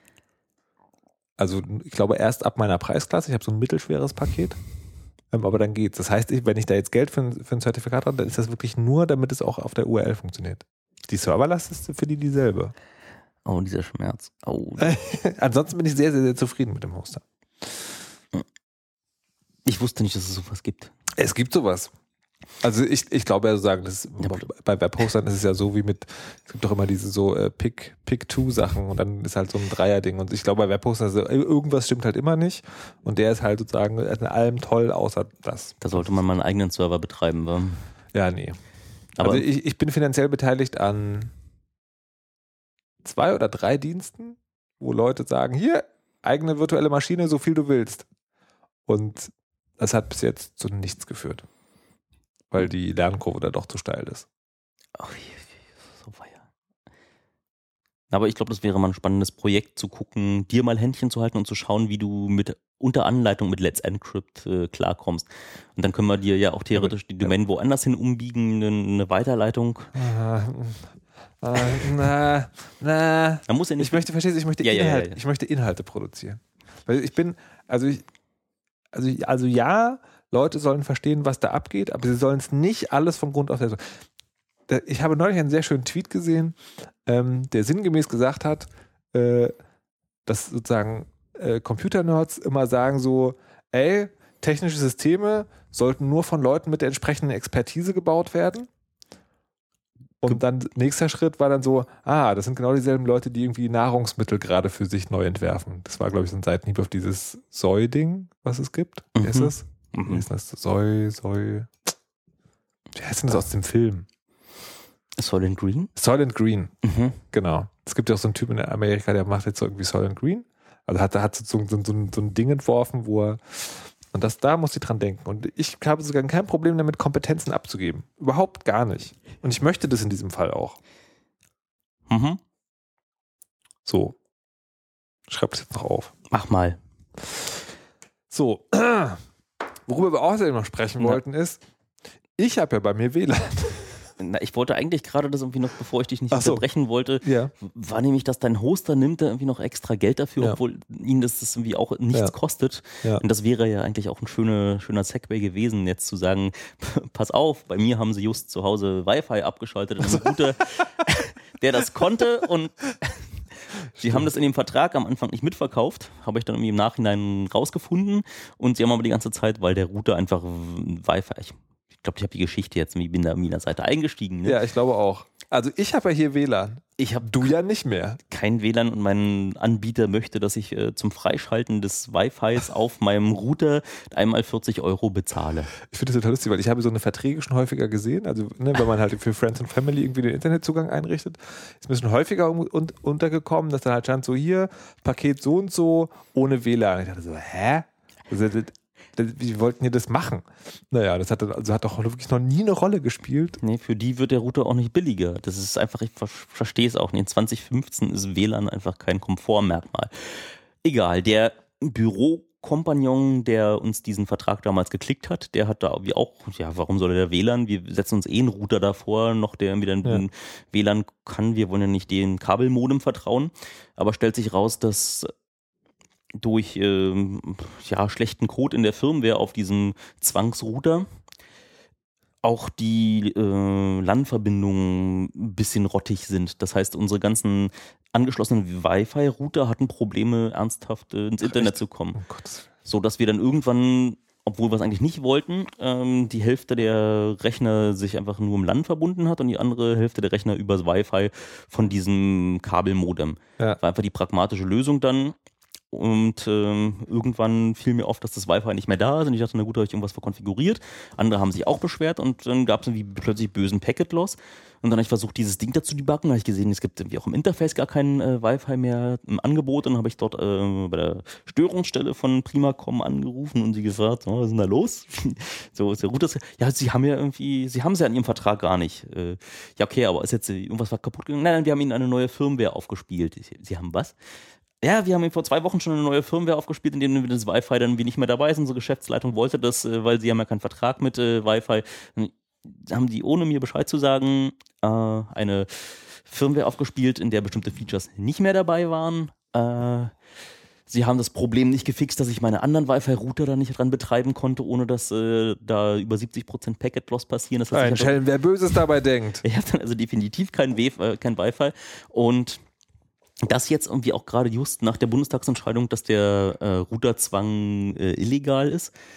Also ich glaube erst ab meiner Preisklasse, ich habe so ein mittelschweres Paket, aber dann geht's. Das heißt, wenn ich da jetzt Geld für ein Zertifikat habe, dann ist das wirklich nur, damit es auch auf der URL funktioniert. Die Serverlast ist für die dieselbe. Oh, dieser Schmerz. Oh. Ansonsten bin ich sehr, sehr, sehr zufrieden mit dem Hoster. Ich wusste nicht, dass es sowas gibt. Es gibt sowas. Also ich glaube ja sagen, bei Webhostern ist es ja so wie es gibt doch immer diese so Pick-2-Sachen und dann ist halt so ein Dreier-Ding und ich glaube bei Webhostern irgendwas stimmt halt immer nicht und der ist halt sozusagen in allem toll, außer das. Da sollte man mal einen eigenen Server betreiben, wa? Ja, nee. Aber also ich bin finanziell beteiligt an 2 oder 3 Diensten, wo Leute sagen, hier, eigene virtuelle Maschine, so viel du willst. Und das hat bis jetzt zu nichts geführt. Weil die Lernkurve da doch zu steil ist. Oh, so weia. Aber ich glaube, das wäre mal ein spannendes Projekt zu gucken, dir mal Händchen zu halten und zu schauen, wie du unter Anleitung mit Let's Encrypt klarkommst. Und dann können wir dir ja auch theoretisch die Domain woanders hin umbiegen, eine Weiterleitung. Da muss ja nicht. Ich möchte Inhalte produzieren. Weil ja, Leute sollen verstehen, was da abgeht, aber sie sollen es nicht alles vom Grund auf selbst. Ich habe neulich einen sehr schönen Tweet gesehen, der sinngemäß gesagt hat, dass sozusagen Computernerds immer sagen so, technische Systeme sollten nur von Leuten mit der entsprechenden Expertise gebaut werden. Und dann nächster Schritt war dann so, das sind genau dieselben Leute, die irgendwie Nahrungsmittel gerade für sich neu entwerfen. Das war, glaube ich, so ein Seitenhieb auf dieses Soy-Ding, was es gibt. Wie heißt das? Wie ist das? Soy. Wie heißt denn das aus dem Film? Soylent Green? Soylent Green, genau. Es gibt ja auch so einen Typ in Amerika, der macht jetzt so irgendwie Soylent Green. Also hat so ein Ding entworfen, wo er und da muss ich dran denken. Und ich habe sogar kein Problem damit, Kompetenzen abzugeben. Überhaupt gar nicht. Und ich möchte das in diesem Fall auch. So. Schreib das jetzt noch auf. Mach mal. So. Worüber wir außerdem noch sprechen wollten ist, ich habe ja bei mir WLAN. Ich wollte eigentlich gerade das irgendwie noch, bevor ich dich nicht unterbrechen wollte, war nämlich, dass dein Hoster nimmt da irgendwie noch extra Geld dafür, obwohl ihn das irgendwie auch nichts kostet. Ja. Und das wäre ja eigentlich auch ein schöner Segway gewesen, jetzt zu sagen, pass auf, bei mir haben sie just zu Hause Wi-Fi abgeschaltet in einem Router, der das konnte und sie haben das in dem Vertrag am Anfang nicht mitverkauft, habe ich dann irgendwie im Nachhinein rausgefunden und sie haben aber die ganze Zeit, weil der Router einfach Wi-Fi, ich glaube, ich habe die Geschichte jetzt, wie bin da an der Seite eingestiegen. Ne? Ja, ich glaube auch. Also ich habe ja hier WLAN. Du ja nicht mehr. Kein WLAN und mein Anbieter möchte, dass ich zum Freischalten des Wi-Fis auf meinem Router einmal 40 € bezahle. Ich finde das total lustig, weil ich habe so eine Verträge schon häufiger gesehen. Also wenn man halt für Friends and Family irgendwie den Internetzugang einrichtet, ist mir schon häufiger untergekommen, dass dann halt stand so hier, Paket so und so, ohne WLAN. Ich dachte so, hä? Wie wollten ihr das machen? Naja, das hat doch wirklich noch nie eine Rolle gespielt. Nee, für die wird der Router auch nicht billiger. Das ist einfach, ich verstehe es auch nicht. In 2015 ist WLAN einfach kein Komfortmerkmal. Egal, der Bürokompagnon, der uns diesen Vertrag damals geklickt hat, der hat da wie auch, warum soll der WLAN? Wir setzen uns einen Router davor, noch der irgendwie dann WLAN kann. Wir wollen ja nicht dem Kabelmodem vertrauen. Aber stellt sich raus, dass durch schlechten Code in der Firmware auf diesem Zwangsrouter auch die LAN-Verbindungen ein bisschen rottig sind. Das heißt, unsere ganzen angeschlossenen Wi-Fi-Router hatten Probleme, ernsthaft ins Internet zu kommen. So dass wir dann irgendwann, obwohl wir es eigentlich nicht wollten, die Hälfte der Rechner sich einfach nur im LAN verbunden hat und die andere Hälfte der Rechner übers Wi-Fi von diesem Kabelmodem. Ja. War einfach die pragmatische Lösung dann. Und irgendwann fiel mir auf, dass das Wi-Fi nicht mehr da ist und ich dachte, na gut, da habe ich irgendwas verkonfiguriert. Andere haben sich auch beschwert und dann gab es irgendwie plötzlich bösen Packet-Loss und dann habe ich versucht, dieses Ding dazu debuggen, habe ich gesehen, es gibt irgendwie auch im Interface gar kein Wi-Fi mehr im Angebot und dann habe ich dort bei der Störungsstelle von Primacom angerufen und sie gefragt, was ist denn da los? So ist der Router. Ja, sie haben es ja in ihrem Vertrag gar nicht. Ja, okay, aber ist jetzt irgendwas war kaputt gegangen? Nein, wir haben ihnen eine neue Firmware aufgespielt. Sie haben was? Ja, wir haben vor 2 Wochen schon eine neue Firmware aufgespielt, in der wir das Wi-Fi dann nicht mehr dabei sind. Unsere Geschäftsleitung wollte das, weil sie haben ja keinen Vertrag mit Wi-Fi. Dann haben die, ohne mir Bescheid zu sagen, eine Firmware aufgespielt, in der bestimmte Features nicht mehr dabei waren. Sie haben das Problem nicht gefixt, dass ich meine anderen Wi-Fi-Router da nicht dran betreiben konnte, ohne dass da über 70% Packet-Loss passieren. Das heißt, ein Schelm, wer Böses dabei denkt. Ich habe dann also definitiv kein Wi-Fi und das jetzt irgendwie auch gerade just nach der Bundestagsentscheidung, dass der Routerzwang illegal ist.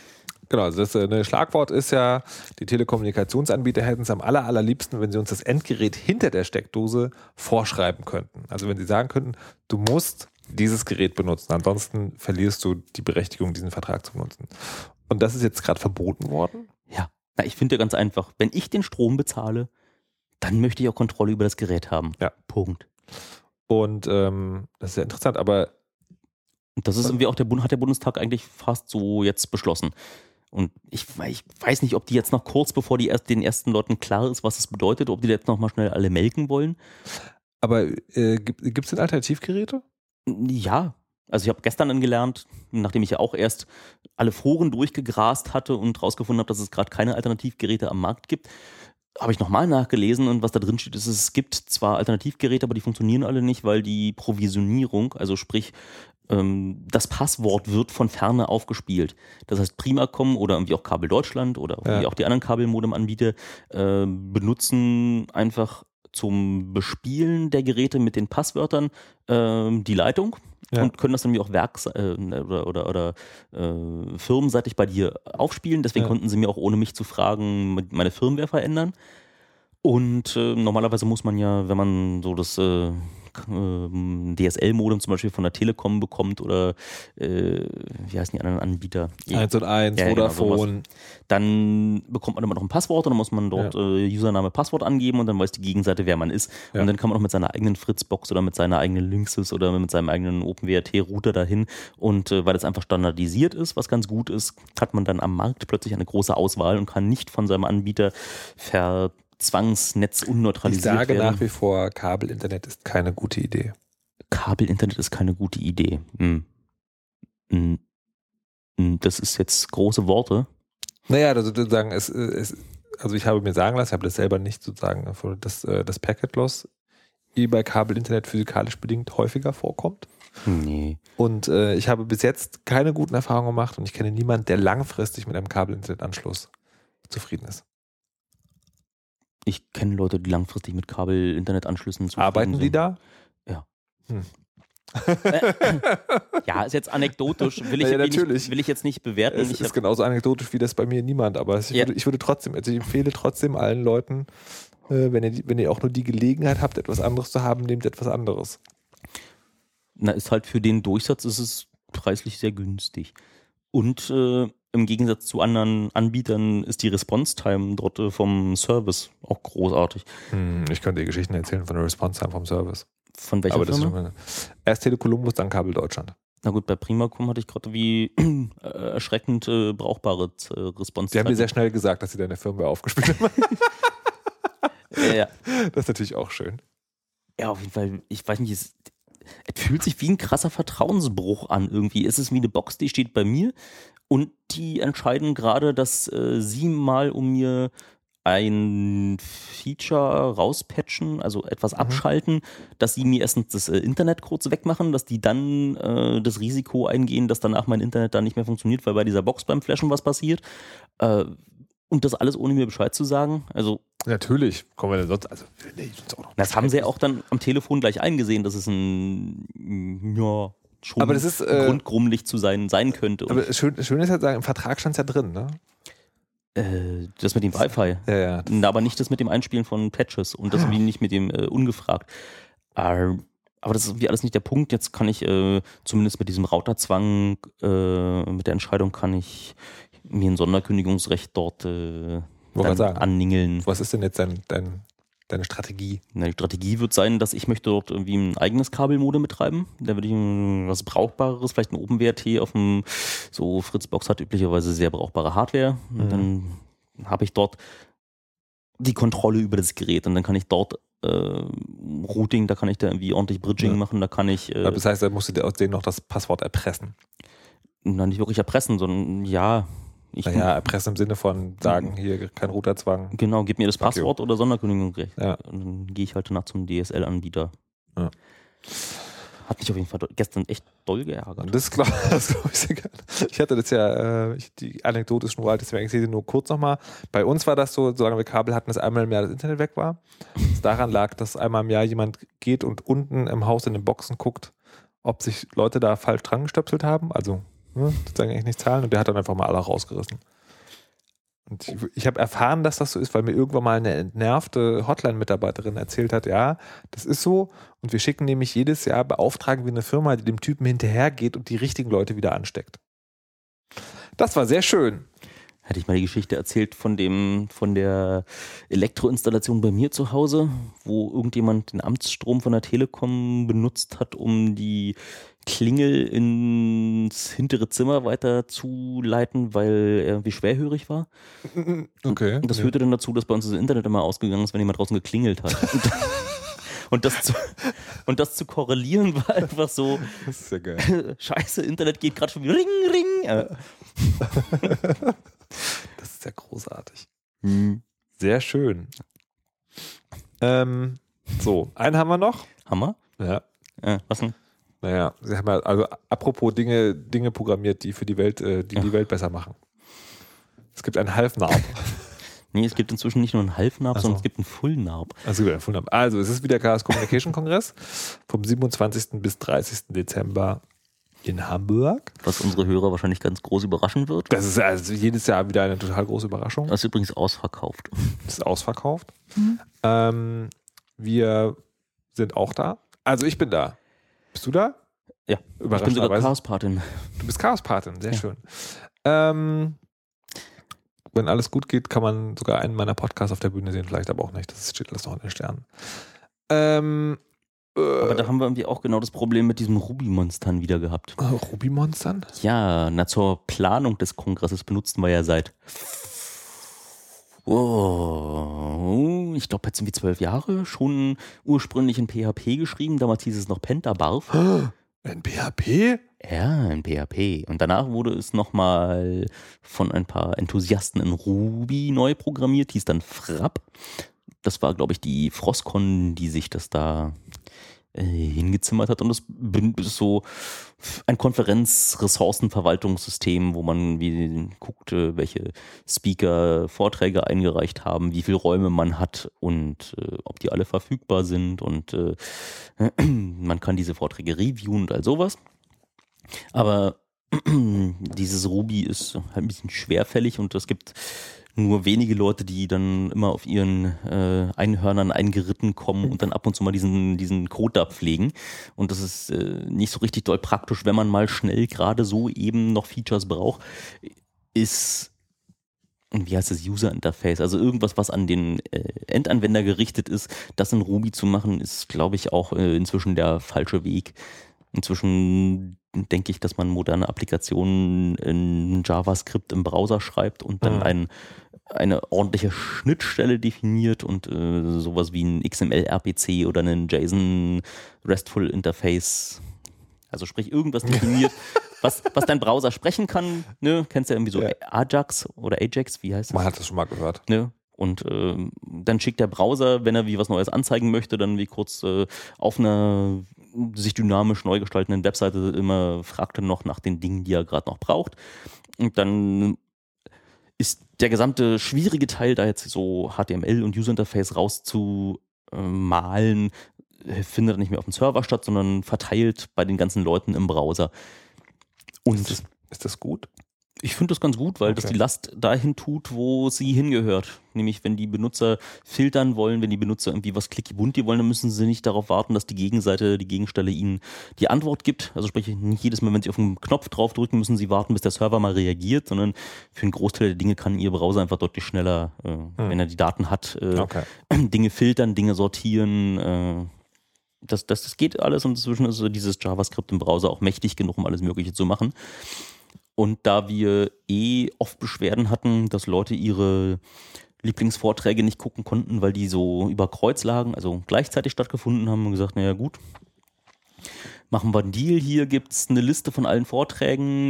Genau, also das Schlagwort ist ja, die Telekommunikationsanbieter hätten es am allerliebsten, wenn sie uns das Endgerät hinter der Steckdose vorschreiben könnten. Also wenn sie sagen könnten, du musst dieses Gerät benutzen, ansonsten verlierst du die Berechtigung, diesen Vertrag zu benutzen. Und das ist jetzt gerade verboten worden? Ja, na, ich finde ganz einfach, wenn ich den Strom bezahle, dann möchte ich auch Kontrolle über das Gerät haben. Ja. Punkt. Und das ist ja interessant, aber das ist irgendwie auch hat der Bundestag eigentlich fast so jetzt beschlossen. Und ich weiß nicht, ob die jetzt noch kurz bevor den ersten Leuten klar ist, was das bedeutet, ob die jetzt noch mal schnell alle melken wollen. Aber gibt es denn Alternativgeräte? Ja, also ich habe gestern dann gelernt, nachdem ich ja auch erst alle Foren durchgegrast hatte und rausgefunden habe, dass es gerade keine Alternativgeräte am Markt gibt, habe ich nochmal nachgelesen und was da drin steht, ist, es gibt zwar Alternativgeräte, aber die funktionieren alle nicht, weil die Provisionierung, also sprich das Passwort wird von Ferne aufgespielt. Das heißt, Primacom oder irgendwie auch Kabel Deutschland oder auch die anderen Kabelmodem-Anbieter benutzen einfach zum Bespielen der Geräte mit den Passwörtern die Leitung und können das dann wie auch oder firmenseitig bei dir aufspielen. Deswegen konnten sie mir auch, ohne mich zu fragen, meine Firmware verändern. Und normalerweise muss man ja, wenn man so das DSL-Modem zum Beispiel von der Telekom bekommt oder wie heißen die anderen Anbieter? 1&1, Vodafone. Genau, dann bekommt man immer noch ein Passwort und dann muss man dort Username, Passwort angeben und dann weiß die Gegenseite, wer man ist. Ja. Und dann kann man auch mit seiner eigenen Fritzbox oder mit seiner eigenen Linksys oder mit seinem eigenen OpenWRT-Router dahin. Und weil das einfach standardisiert ist, was ganz gut ist, hat man dann am Markt plötzlich eine große Auswahl und kann nicht von seinem Anbieter Zwangsnetz unneutralisiert werden. Ich sage nach wie vor, Kabelinternet ist keine gute Idee. Kabelinternet ist keine gute Idee. Das ist jetzt große Worte. Naja, also sozusagen, also ich habe mir sagen lassen, ich habe das selber nicht sozusagen, das Packet Loss bei Kabelinternet physikalisch bedingt häufiger vorkommt. Nee. Und ich habe bis jetzt keine guten Erfahrungen gemacht und ich kenne niemanden, der langfristig mit einem Kabelinternetanschluss zufrieden ist. Ich kenne Leute, die langfristig mit Kabel-Internetanschlüssen zufrieden Arbeiten sind. die da? Ja. Ja, ist jetzt anekdotisch. Will ich jetzt nicht bewerten. Es ist genauso anekdotisch wie das bei mir niemand, aber ich würde trotzdem, also ich empfehle trotzdem allen Leuten, wenn ihr auch nur die Gelegenheit habt, etwas anderes zu haben, nehmt etwas anderes. Na, ist halt für den Durchsatz ist es preislich sehr günstig. Und im Gegensatz zu anderen Anbietern ist die Response-Time dort vom Service auch großartig. Ich könnte dir Geschichten erzählen von der Response-Time vom Service. Von welcher Firma? Erst Tele Columbus, dann Kabel Deutschland. Na gut, bei Primacom hatte ich gerade wie erschreckend brauchbare Response-Time. Sie haben mir sehr schnell gesagt, dass sie deine Firmware aufgespielt haben. Ja. Das ist natürlich auch schön. Ja, auf jeden Fall, ich weiß nicht, es fühlt sich wie ein krasser Vertrauensbruch an irgendwie. Es ist wie eine Box, die steht bei mir und die entscheiden gerade, dass sie mal um mir ein Feature rauspatchen, also etwas abschalten, dass sie mir erstens das Internet kurz wegmachen, dass die dann das Risiko eingehen, dass danach mein Internet dann nicht mehr funktioniert, weil bei dieser Box beim Flashen was passiert. Und das alles ohne mir Bescheid zu sagen. Also natürlich, kommen wir denn sonst, das haben sie ja auch dann am Telefon gleich eingesehen, dass es schon aber das ist, grundgrummelig zu sein könnte. Aber schön ist halt sagen, im Vertrag stand es ja drin, ne? Das mit dem Wi-Fi. Ja. Aber nicht das mit dem Einspielen von Patches und das wie nicht mit dem ungefragt. Aber das ist irgendwie alles nicht der Punkt. Jetzt kann ich zumindest mit diesem Routerzwang, mit der Entscheidung kann ich mir ein Sonderkündigungsrecht dort anningeln. Was ist denn jetzt deine Strategie? Na, die Strategie wird sein, dass ich möchte dort irgendwie ein eigenes Kabelmodem betreiben. Da würde ich was Brauchbares, vielleicht ein OpenWRT auf dem, so Fritzbox hat üblicherweise sehr brauchbare Hardware. Und dann habe ich dort die Kontrolle über das Gerät und dann kann ich dort Routing, da kann ich da irgendwie ordentlich Bridging machen, da kann ich... das heißt, da musst du dir aus denen noch das Passwort erpressen. Na, nicht wirklich erpressen, sondern erpressen im Sinne von sagen, hier kein Routerzwang. Genau, gib mir das Passwort oder Sonderkündigungsrecht. Ja. Und dann gehe ich halt danach zum DSL-Anbieter. Ja. Hat mich auf jeden Fall gestern echt doll geärgert. Das glaube ich sehr gerne. Ich hatte das ja, die Anekdote ist nur alt, deswegen erzähle ich nur kurz nochmal. Bei uns war das so, solange wir Kabel hatten, dass einmal im Jahr das Internet weg war. Das daran lag, dass einmal im Jahr jemand geht und unten im Haus in den Boxen guckt, ob sich Leute da falsch dran gestöpselt haben. Also sozusagen eigentlich nicht zahlen und der hat dann einfach mal alle rausgerissen. Und ich habe erfahren, dass das so ist, weil mir irgendwann mal eine entnervte Hotline-Mitarbeiterin erzählt hat, ja, das ist so. Und wir schicken nämlich jedes Jahr, beauftragen wir eine Firma, die dem Typen hinterhergeht und die richtigen Leute wieder ansteckt. Das war sehr schön. Hatte ich mal die Geschichte erzählt von der Elektroinstallation bei mir zu Hause, wo irgendjemand den Amtsstrom von der Telekom benutzt hat, um die Klingel ins hintere Zimmer weiterzuleiten, weil er irgendwie schwerhörig war. Okay. Und das führte dann dazu, dass bei uns das Internet immer ausgegangen ist, wenn jemand draußen geklingelt hat. Und das zu korrelieren war einfach so, das ist ja geil. Scheiße, Internet geht gerade schon wieder Ring, Ring. Das ist ja großartig. Sehr schön. So, einen haben wir noch. Hammer? Ja. Was denn? Naja, sie haben ja, also apropos Dinge programmiert, die für die Welt, die Welt besser machen. Es gibt einen Halfnarb. Nee, es gibt inzwischen nicht nur einen Halfnarb, sondern es gibt einen Fullnarb. Also es ist wieder Chaos Communication Kongress vom 27. bis 30. Dezember in Hamburg. Was unsere Hörer wahrscheinlich ganz groß überraschen wird. Das ist also jedes Jahr wieder eine total große Überraschung. Das ist übrigens ausverkauft. Das ist ausverkauft. Wir sind auch da. Also ich bin da. Bist du da? Ja, ich bin sogar Chaos-Patin. Du bist Chaos-Patin, sehr schön. Wenn alles gut geht, kann man sogar einen meiner Podcasts auf der Bühne sehen, vielleicht aber auch nicht. Das steht alles noch in den Sternen. Aber da haben wir irgendwie auch genau das Problem mit diesen Ruby-Monstern wieder gehabt. Ruby-Monstern? Ja, zur Planung des Kongresses benutzten wir ja seit ich glaube jetzt irgendwie 12 Jahre schon ursprünglich in PHP geschrieben. Damals hieß es noch Pentabarf. In PHP? Ja, in PHP. Und danach wurde es nochmal von ein paar Enthusiasten in Ruby neu programmiert, hieß dann Frapp. Das war, glaube ich, die Frostcon, die sich das da hingezimmert hat. Und das ist so ein Konferenz-Ressourcenverwaltungssystem, wo man guckt, welche Speaker Vorträge eingereicht haben, wie viele Räume man hat und ob die alle verfügbar sind. Und man kann diese Vorträge reviewen und all sowas. Aber dieses Ruby ist halt ein bisschen schwerfällig und es gibt nur wenige Leute, die dann immer auf ihren Einhörnern eingeritten kommen und dann ab und zu mal diesen Code da pflegen. Und das ist nicht so richtig doll praktisch, wenn man mal schnell gerade so eben noch Features braucht, ist, wie heißt das, User Interface, also irgendwas, was an den Endanwender gerichtet ist, das in Ruby zu machen, ist, glaube ich, auch inzwischen der falsche Weg. Inzwischen denke ich, dass man moderne Applikationen in JavaScript im Browser schreibt und dann eine ordentliche Schnittstelle definiert und sowas wie ein XML-RPC oder einen JSON RESTful Interface, also sprich irgendwas definiert, was dein Browser sprechen kann. Ne? Kennst du ja irgendwie so Ajax oder Ajax, wie heißt das? Man hat das schon mal gehört. Ne? Und dann schickt der Browser, wenn er wie was Neues anzeigen möchte, dann wie kurz auf einer sich dynamisch neu gestaltenden Webseite immer fragt er noch nach den Dingen, die er gerade noch braucht. Und dann ist der gesamte schwierige Teil, da jetzt so HTML und User Interface rauszumalen, findet dann nicht mehr auf dem Server statt, sondern verteilt bei den ganzen Leuten im Browser. Und ist das gut? Ich finde das ganz gut, weil das die Last dahin tut, wo sie hingehört. Nämlich, wenn die Benutzer filtern wollen, wenn die Benutzer irgendwie was klickibunti wollen, dann müssen sie nicht darauf warten, dass die Gegenseite, die Gegenstelle ihnen die Antwort gibt. Also sprich, nicht jedes Mal, wenn sie auf einen Knopf draufdrücken, müssen sie warten, bis der Server mal reagiert, sondern für einen Großteil der Dinge kann ihr Browser einfach deutlich schneller, wenn er die Daten hat, Dinge filtern, Dinge sortieren. Das geht alles und inzwischen ist dieses JavaScript im Browser auch mächtig genug, um alles Mögliche zu machen. Und da wir oft Beschwerden hatten, dass Leute ihre Lieblingsvorträge nicht gucken konnten, weil die so über Kreuz lagen, also gleichzeitig stattgefunden haben, und gesagt, naja gut, machen wir einen Deal, hier gibt's eine Liste von allen Vorträgen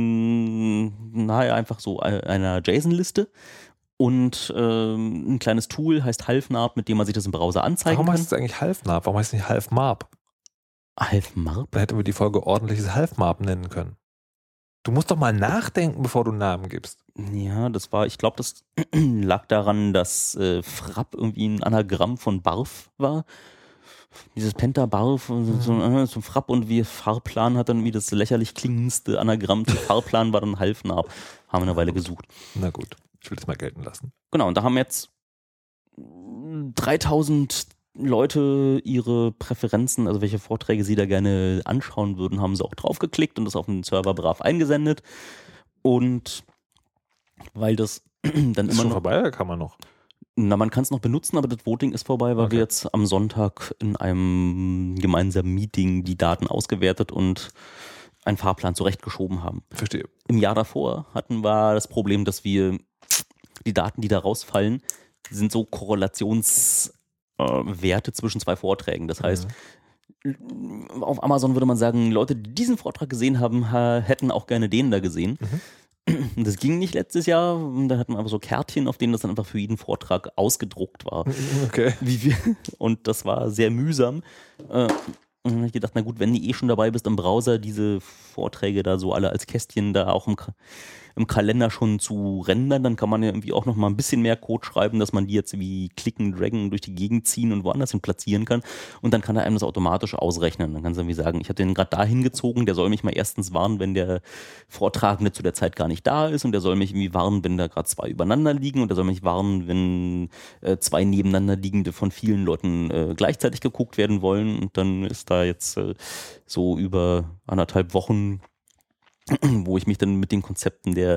in einfach so einer JSON-Liste und ein kleines Tool heißt Halfnarb, mit dem man sich das im Browser anzeigen kann. Warum heißt es eigentlich Halfnarb? Warum heißt es nicht Halfmarb? Halfmarb? Dann hätten wir die Folge ordentliches Halfmarb nennen können. Du musst doch mal nachdenken, bevor du einen Namen gibst. Ja, ich glaube, das lag daran, dass Frapp irgendwie ein Anagramm von Barf war. Dieses Pentabarf, so Frapp und wie Fahrplan hat dann wie das lächerlich klingendste Anagramm zu Fahrplan war dann Halfnarb. Haben wir eine Weile gesucht. Na gut. Ich will das mal gelten lassen. Genau, und da haben jetzt 3000 Leute ihre Präferenzen, also welche Vorträge sie da gerne anschauen würden, haben sie auch draufgeklickt und das auf den Server brav eingesendet. Und weil das dann Ist immer schon noch vorbei, oder kann man noch? Na, man kann es noch benutzen, aber das Voting ist vorbei, weil wir jetzt am Sonntag in einem gemeinsamen Meeting die Daten ausgewertet und einen Fahrplan zurechtgeschoben haben. Verstehe. Im Jahr davor hatten wir das Problem, dass wir die Daten, die da rausfallen, sind so Korrelationswerte zwischen zwei Vorträgen. Das heißt, auf Amazon würde man sagen, Leute, die diesen Vortrag gesehen haben, hätten auch gerne den da gesehen. Das ging nicht letztes Jahr. Da hatten wir einfach so Kärtchen, auf denen das dann einfach für jeden Vortrag ausgedruckt war. Okay. Und das war sehr mühsam. Und dann habe ich gedacht, na gut, wenn du schon dabei bist im Browser, diese Vorträge da so alle als Kästchen da auch im Kalender schon zu rendern, dann kann man ja irgendwie auch noch mal ein bisschen mehr Code schreiben, dass man die jetzt wie klicken, draggen durch die Gegend ziehen und woanders hin platzieren kann. Und dann kann er einem das automatisch ausrechnen. Dann kannst du irgendwie sagen, ich habe den gerade da hingezogen, der soll mich mal erstens warnen, wenn der Vortragende zu der Zeit gar nicht da ist, und der soll mich irgendwie warnen, wenn da gerade zwei übereinander liegen, und der soll mich warnen, wenn zwei nebeneinander liegende von vielen Leuten gleichzeitig geguckt werden wollen. Und dann ist da jetzt so über 1,5 Wochen, wo ich mich dann mit den Konzepten der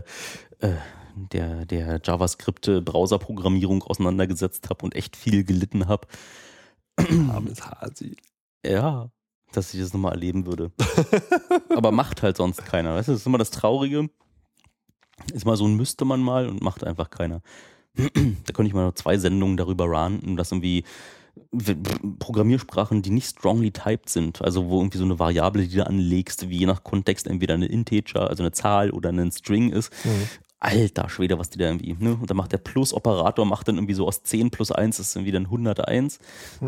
JavaScript-Browser-Programmierung auseinandergesetzt habe und echt viel gelitten habe. Armes Hasi. Ja, dass ich das nochmal erleben würde. Aber macht halt sonst keiner. Weißt du, das ist immer das Traurige. Ist mal so ein müsste man mal und macht einfach keiner. Da könnte ich mal noch 2 Sendungen darüber ranten, dass irgendwie Programmiersprachen, die nicht strongly typed sind, also wo irgendwie so eine Variable, die du anlegst, wie je nach Kontext entweder eine Integer, also eine Zahl oder ein String ist. Alter Schwede, was die da irgendwie, ne? Und dann macht der Plus-Operator, macht dann irgendwie so aus 10 plus 1 ist dann wieder ein 101.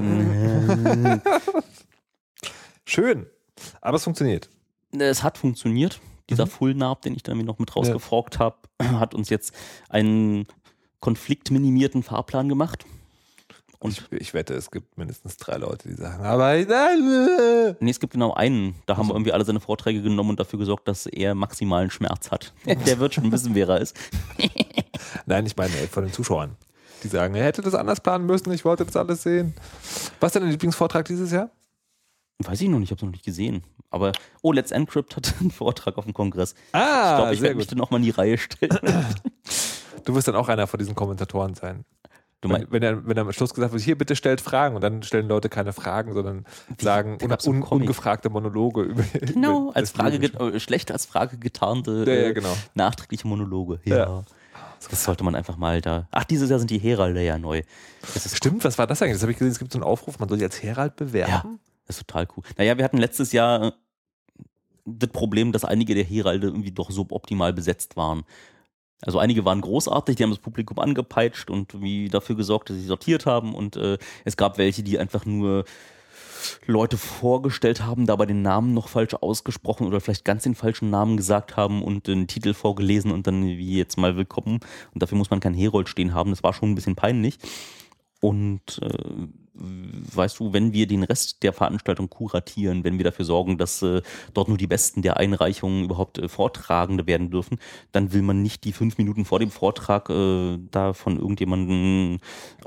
Schön. Aber es funktioniert. Es hat funktioniert. Dieser Full-Narb, den ich dann noch mit rausgeforkt habe, hat uns jetzt einen konfliktminimierten Fahrplan gemacht. Und ich wette, es gibt mindestens 3 Leute, die sagen, aber nee, es gibt genau einen. Da haben wir irgendwie alle seine Vorträge genommen und dafür gesorgt, dass er maximalen Schmerz hat. Der wird schon wissen, wer er ist. Nein, ich meine von den Zuschauern. Die sagen, er hätte das anders planen müssen, ich wollte das alles sehen. Was ist dein Lieblingsvortrag dieses Jahr? Weiß ich noch nicht, ich habe es noch nicht gesehen. Aber, Let's Encrypt hat einen Vortrag auf dem Kongress. Ich glaube, ich werde mich dann auch mal in die Reihe stellen. Du wirst dann auch einer von diesen Kommentatoren sein. Wenn er am Schluss gesagt wird, hier bitte stellt Fragen, und dann stellen Leute keine Fragen, sondern sagen ungefragte Monologe über. Genau, schlecht als Frage getarnte, genau. Nachträgliche Monologe. Ja. Das sollte man einfach mal da. Ach, dieses Jahr sind die Heralde ja neu. Stimmt, was war das eigentlich? Das habe ich gesehen, es gibt so einen Aufruf, man soll sich als Herald bewerben. Ja, das ist total cool. Naja, wir hatten letztes Jahr das Problem, dass einige der Heralde irgendwie doch suboptimal besetzt waren. Also einige waren großartig, die haben das Publikum angepeitscht und wie dafür gesorgt, dass sie sortiert haben, und es gab welche, die einfach nur Leute vorgestellt haben, dabei den Namen noch falsch ausgesprochen oder vielleicht ganz den falschen Namen gesagt haben und den Titel vorgelesen und dann wie jetzt mal willkommen, und dafür muss man keinen Herold stehen haben. Das war schon ein bisschen peinlich. Und weißt du, wenn wir den Rest der Veranstaltung kuratieren, wenn wir dafür sorgen, dass dort nur die Besten der Einreichungen überhaupt Vortragende werden dürfen, dann will man nicht die 5 Minuten vor dem Vortrag da von irgendjemandem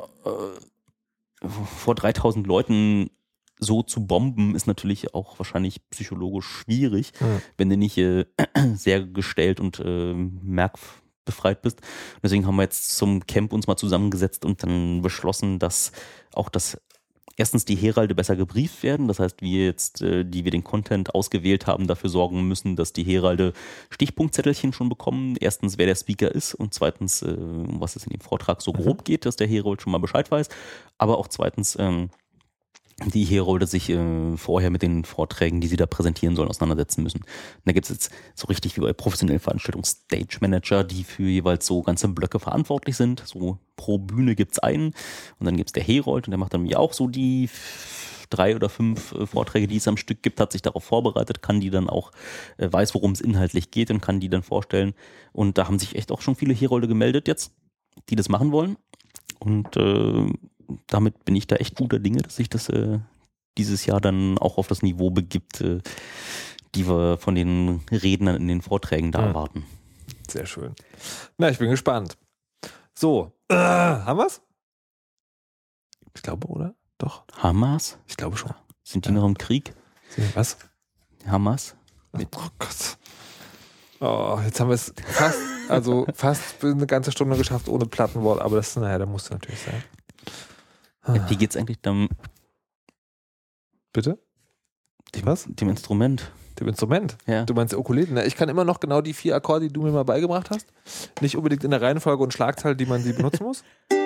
vor 3000 Leuten so zu bomben, ist natürlich auch wahrscheinlich psychologisch schwierig, wenn du nicht sehr gestellt und merkbefreit bist. Deswegen haben wir jetzt zum Camp uns mal zusammengesetzt und dann beschlossen, dass auch erstens die Heralde besser gebrieft werden. Das heißt, wir jetzt, die wir den Content ausgewählt haben, dafür sorgen müssen, dass die Heralde Stichpunktzettelchen schon bekommen. Erstens, wer der Speaker ist, und zweitens, um was es in dem Vortrag so grob geht, dass der Herold schon mal Bescheid weiß. Aber auch zweitens, die Herolde sich vorher mit den Vorträgen, die sie da präsentieren sollen, auseinandersetzen müssen. Und da gibt es jetzt so richtig wie bei professionellen Veranstaltungen Stage Manager, die für jeweils so ganze Blöcke verantwortlich sind. So pro Bühne gibt es einen, und dann gibt es der Herold, und der macht dann ja auch so die 3 oder 5 Vorträge, die es am Stück gibt, hat sich darauf vorbereitet, kann die dann auch, weiß, worum es inhaltlich geht, und kann die dann vorstellen. Und da haben sich echt auch schon viele Herolde gemeldet jetzt, die das machen wollen. Und damit bin ich da echt guter Dinge, dass sich das dieses Jahr dann auch auf das Niveau begibt, die wir von den Rednern in den Vorträgen da erwarten. Sehr schön. Na, ich bin gespannt. So, haben wir's? Ich glaube, oder? Doch. Hamas? Ich glaube schon. Sind die noch im Krieg? Was? Hamas? Oh Gott. Oh, jetzt haben wir es fast eine ganze Stunde geschafft ohne Plattenwort, aber das, da musste natürlich sein. Wie geht's eigentlich dem Bitte? Was? Dem Instrument? Dem Instrument? Ja. Du meinst Ukulele? Ne? Ich kann immer noch genau die 4 Akkorde, die du mir mal beigebracht hast. Nicht unbedingt in der Reihenfolge und Schlagzahl, die man sie benutzen muss.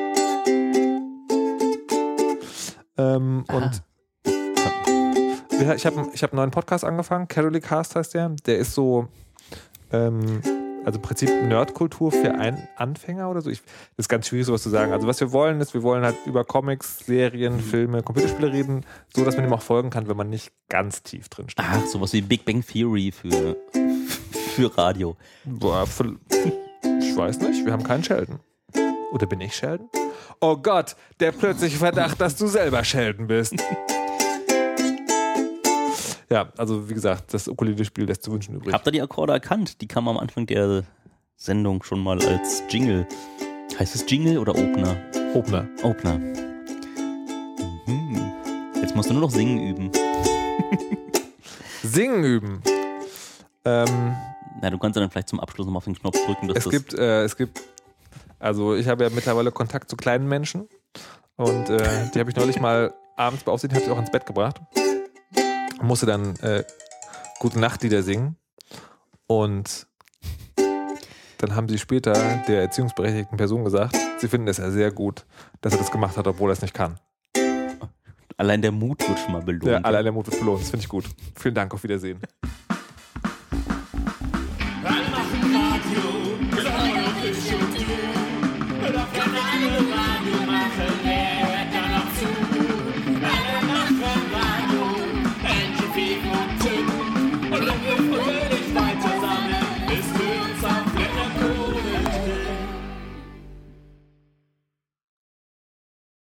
Und ich hab einen neuen Podcast angefangen, Carolly Cast heißt der. Der ist so, also im Prinzip Nerdkultur für einen Anfänger oder so. Das ist ganz schwierig, sowas zu sagen. Also was wir wollen halt über Comics, Serien, Filme, Computerspiele reden, so dass man dem auch folgen kann, wenn man nicht ganz tief drin steht. Ach, sowas wie Big Bang Theory für Radio. Boah, ich weiß nicht, wir haben keinen Sheldon. Oder bin ich Sheldon? Oh Gott, der plötzliche Verdacht, dass du selber Sheldon bist. Ja, also wie gesagt, das Ukulele-Spiel lässt zu wünschen übrig. Habt ihr die Akkorde erkannt? Die kamen am Anfang der Sendung schon mal als Jingle. Heißt es Jingle oder Opener? Opener. Opener. Mhm. Jetzt musst du nur noch singen üben. Singen üben. Na, du kannst dann vielleicht zum Abschluss nochmal auf den Knopf drücken. Dass es gibt, also ich habe ja mittlerweile Kontakt zu kleinen Menschen und die habe ich neulich mal abends beaufsichtigt, habe sie auch ins Bett gebracht. Musste dann Gute Nacht Lieder singen und dann haben sie später der erziehungsberechtigten Person gesagt, sie finden es ja sehr gut, dass er das gemacht hat, obwohl er es nicht kann. Allein der Mut wird schon mal belohnt. Ja, allein der Mut wird belohnt, das finde ich gut. Vielen Dank, auf Wiedersehen.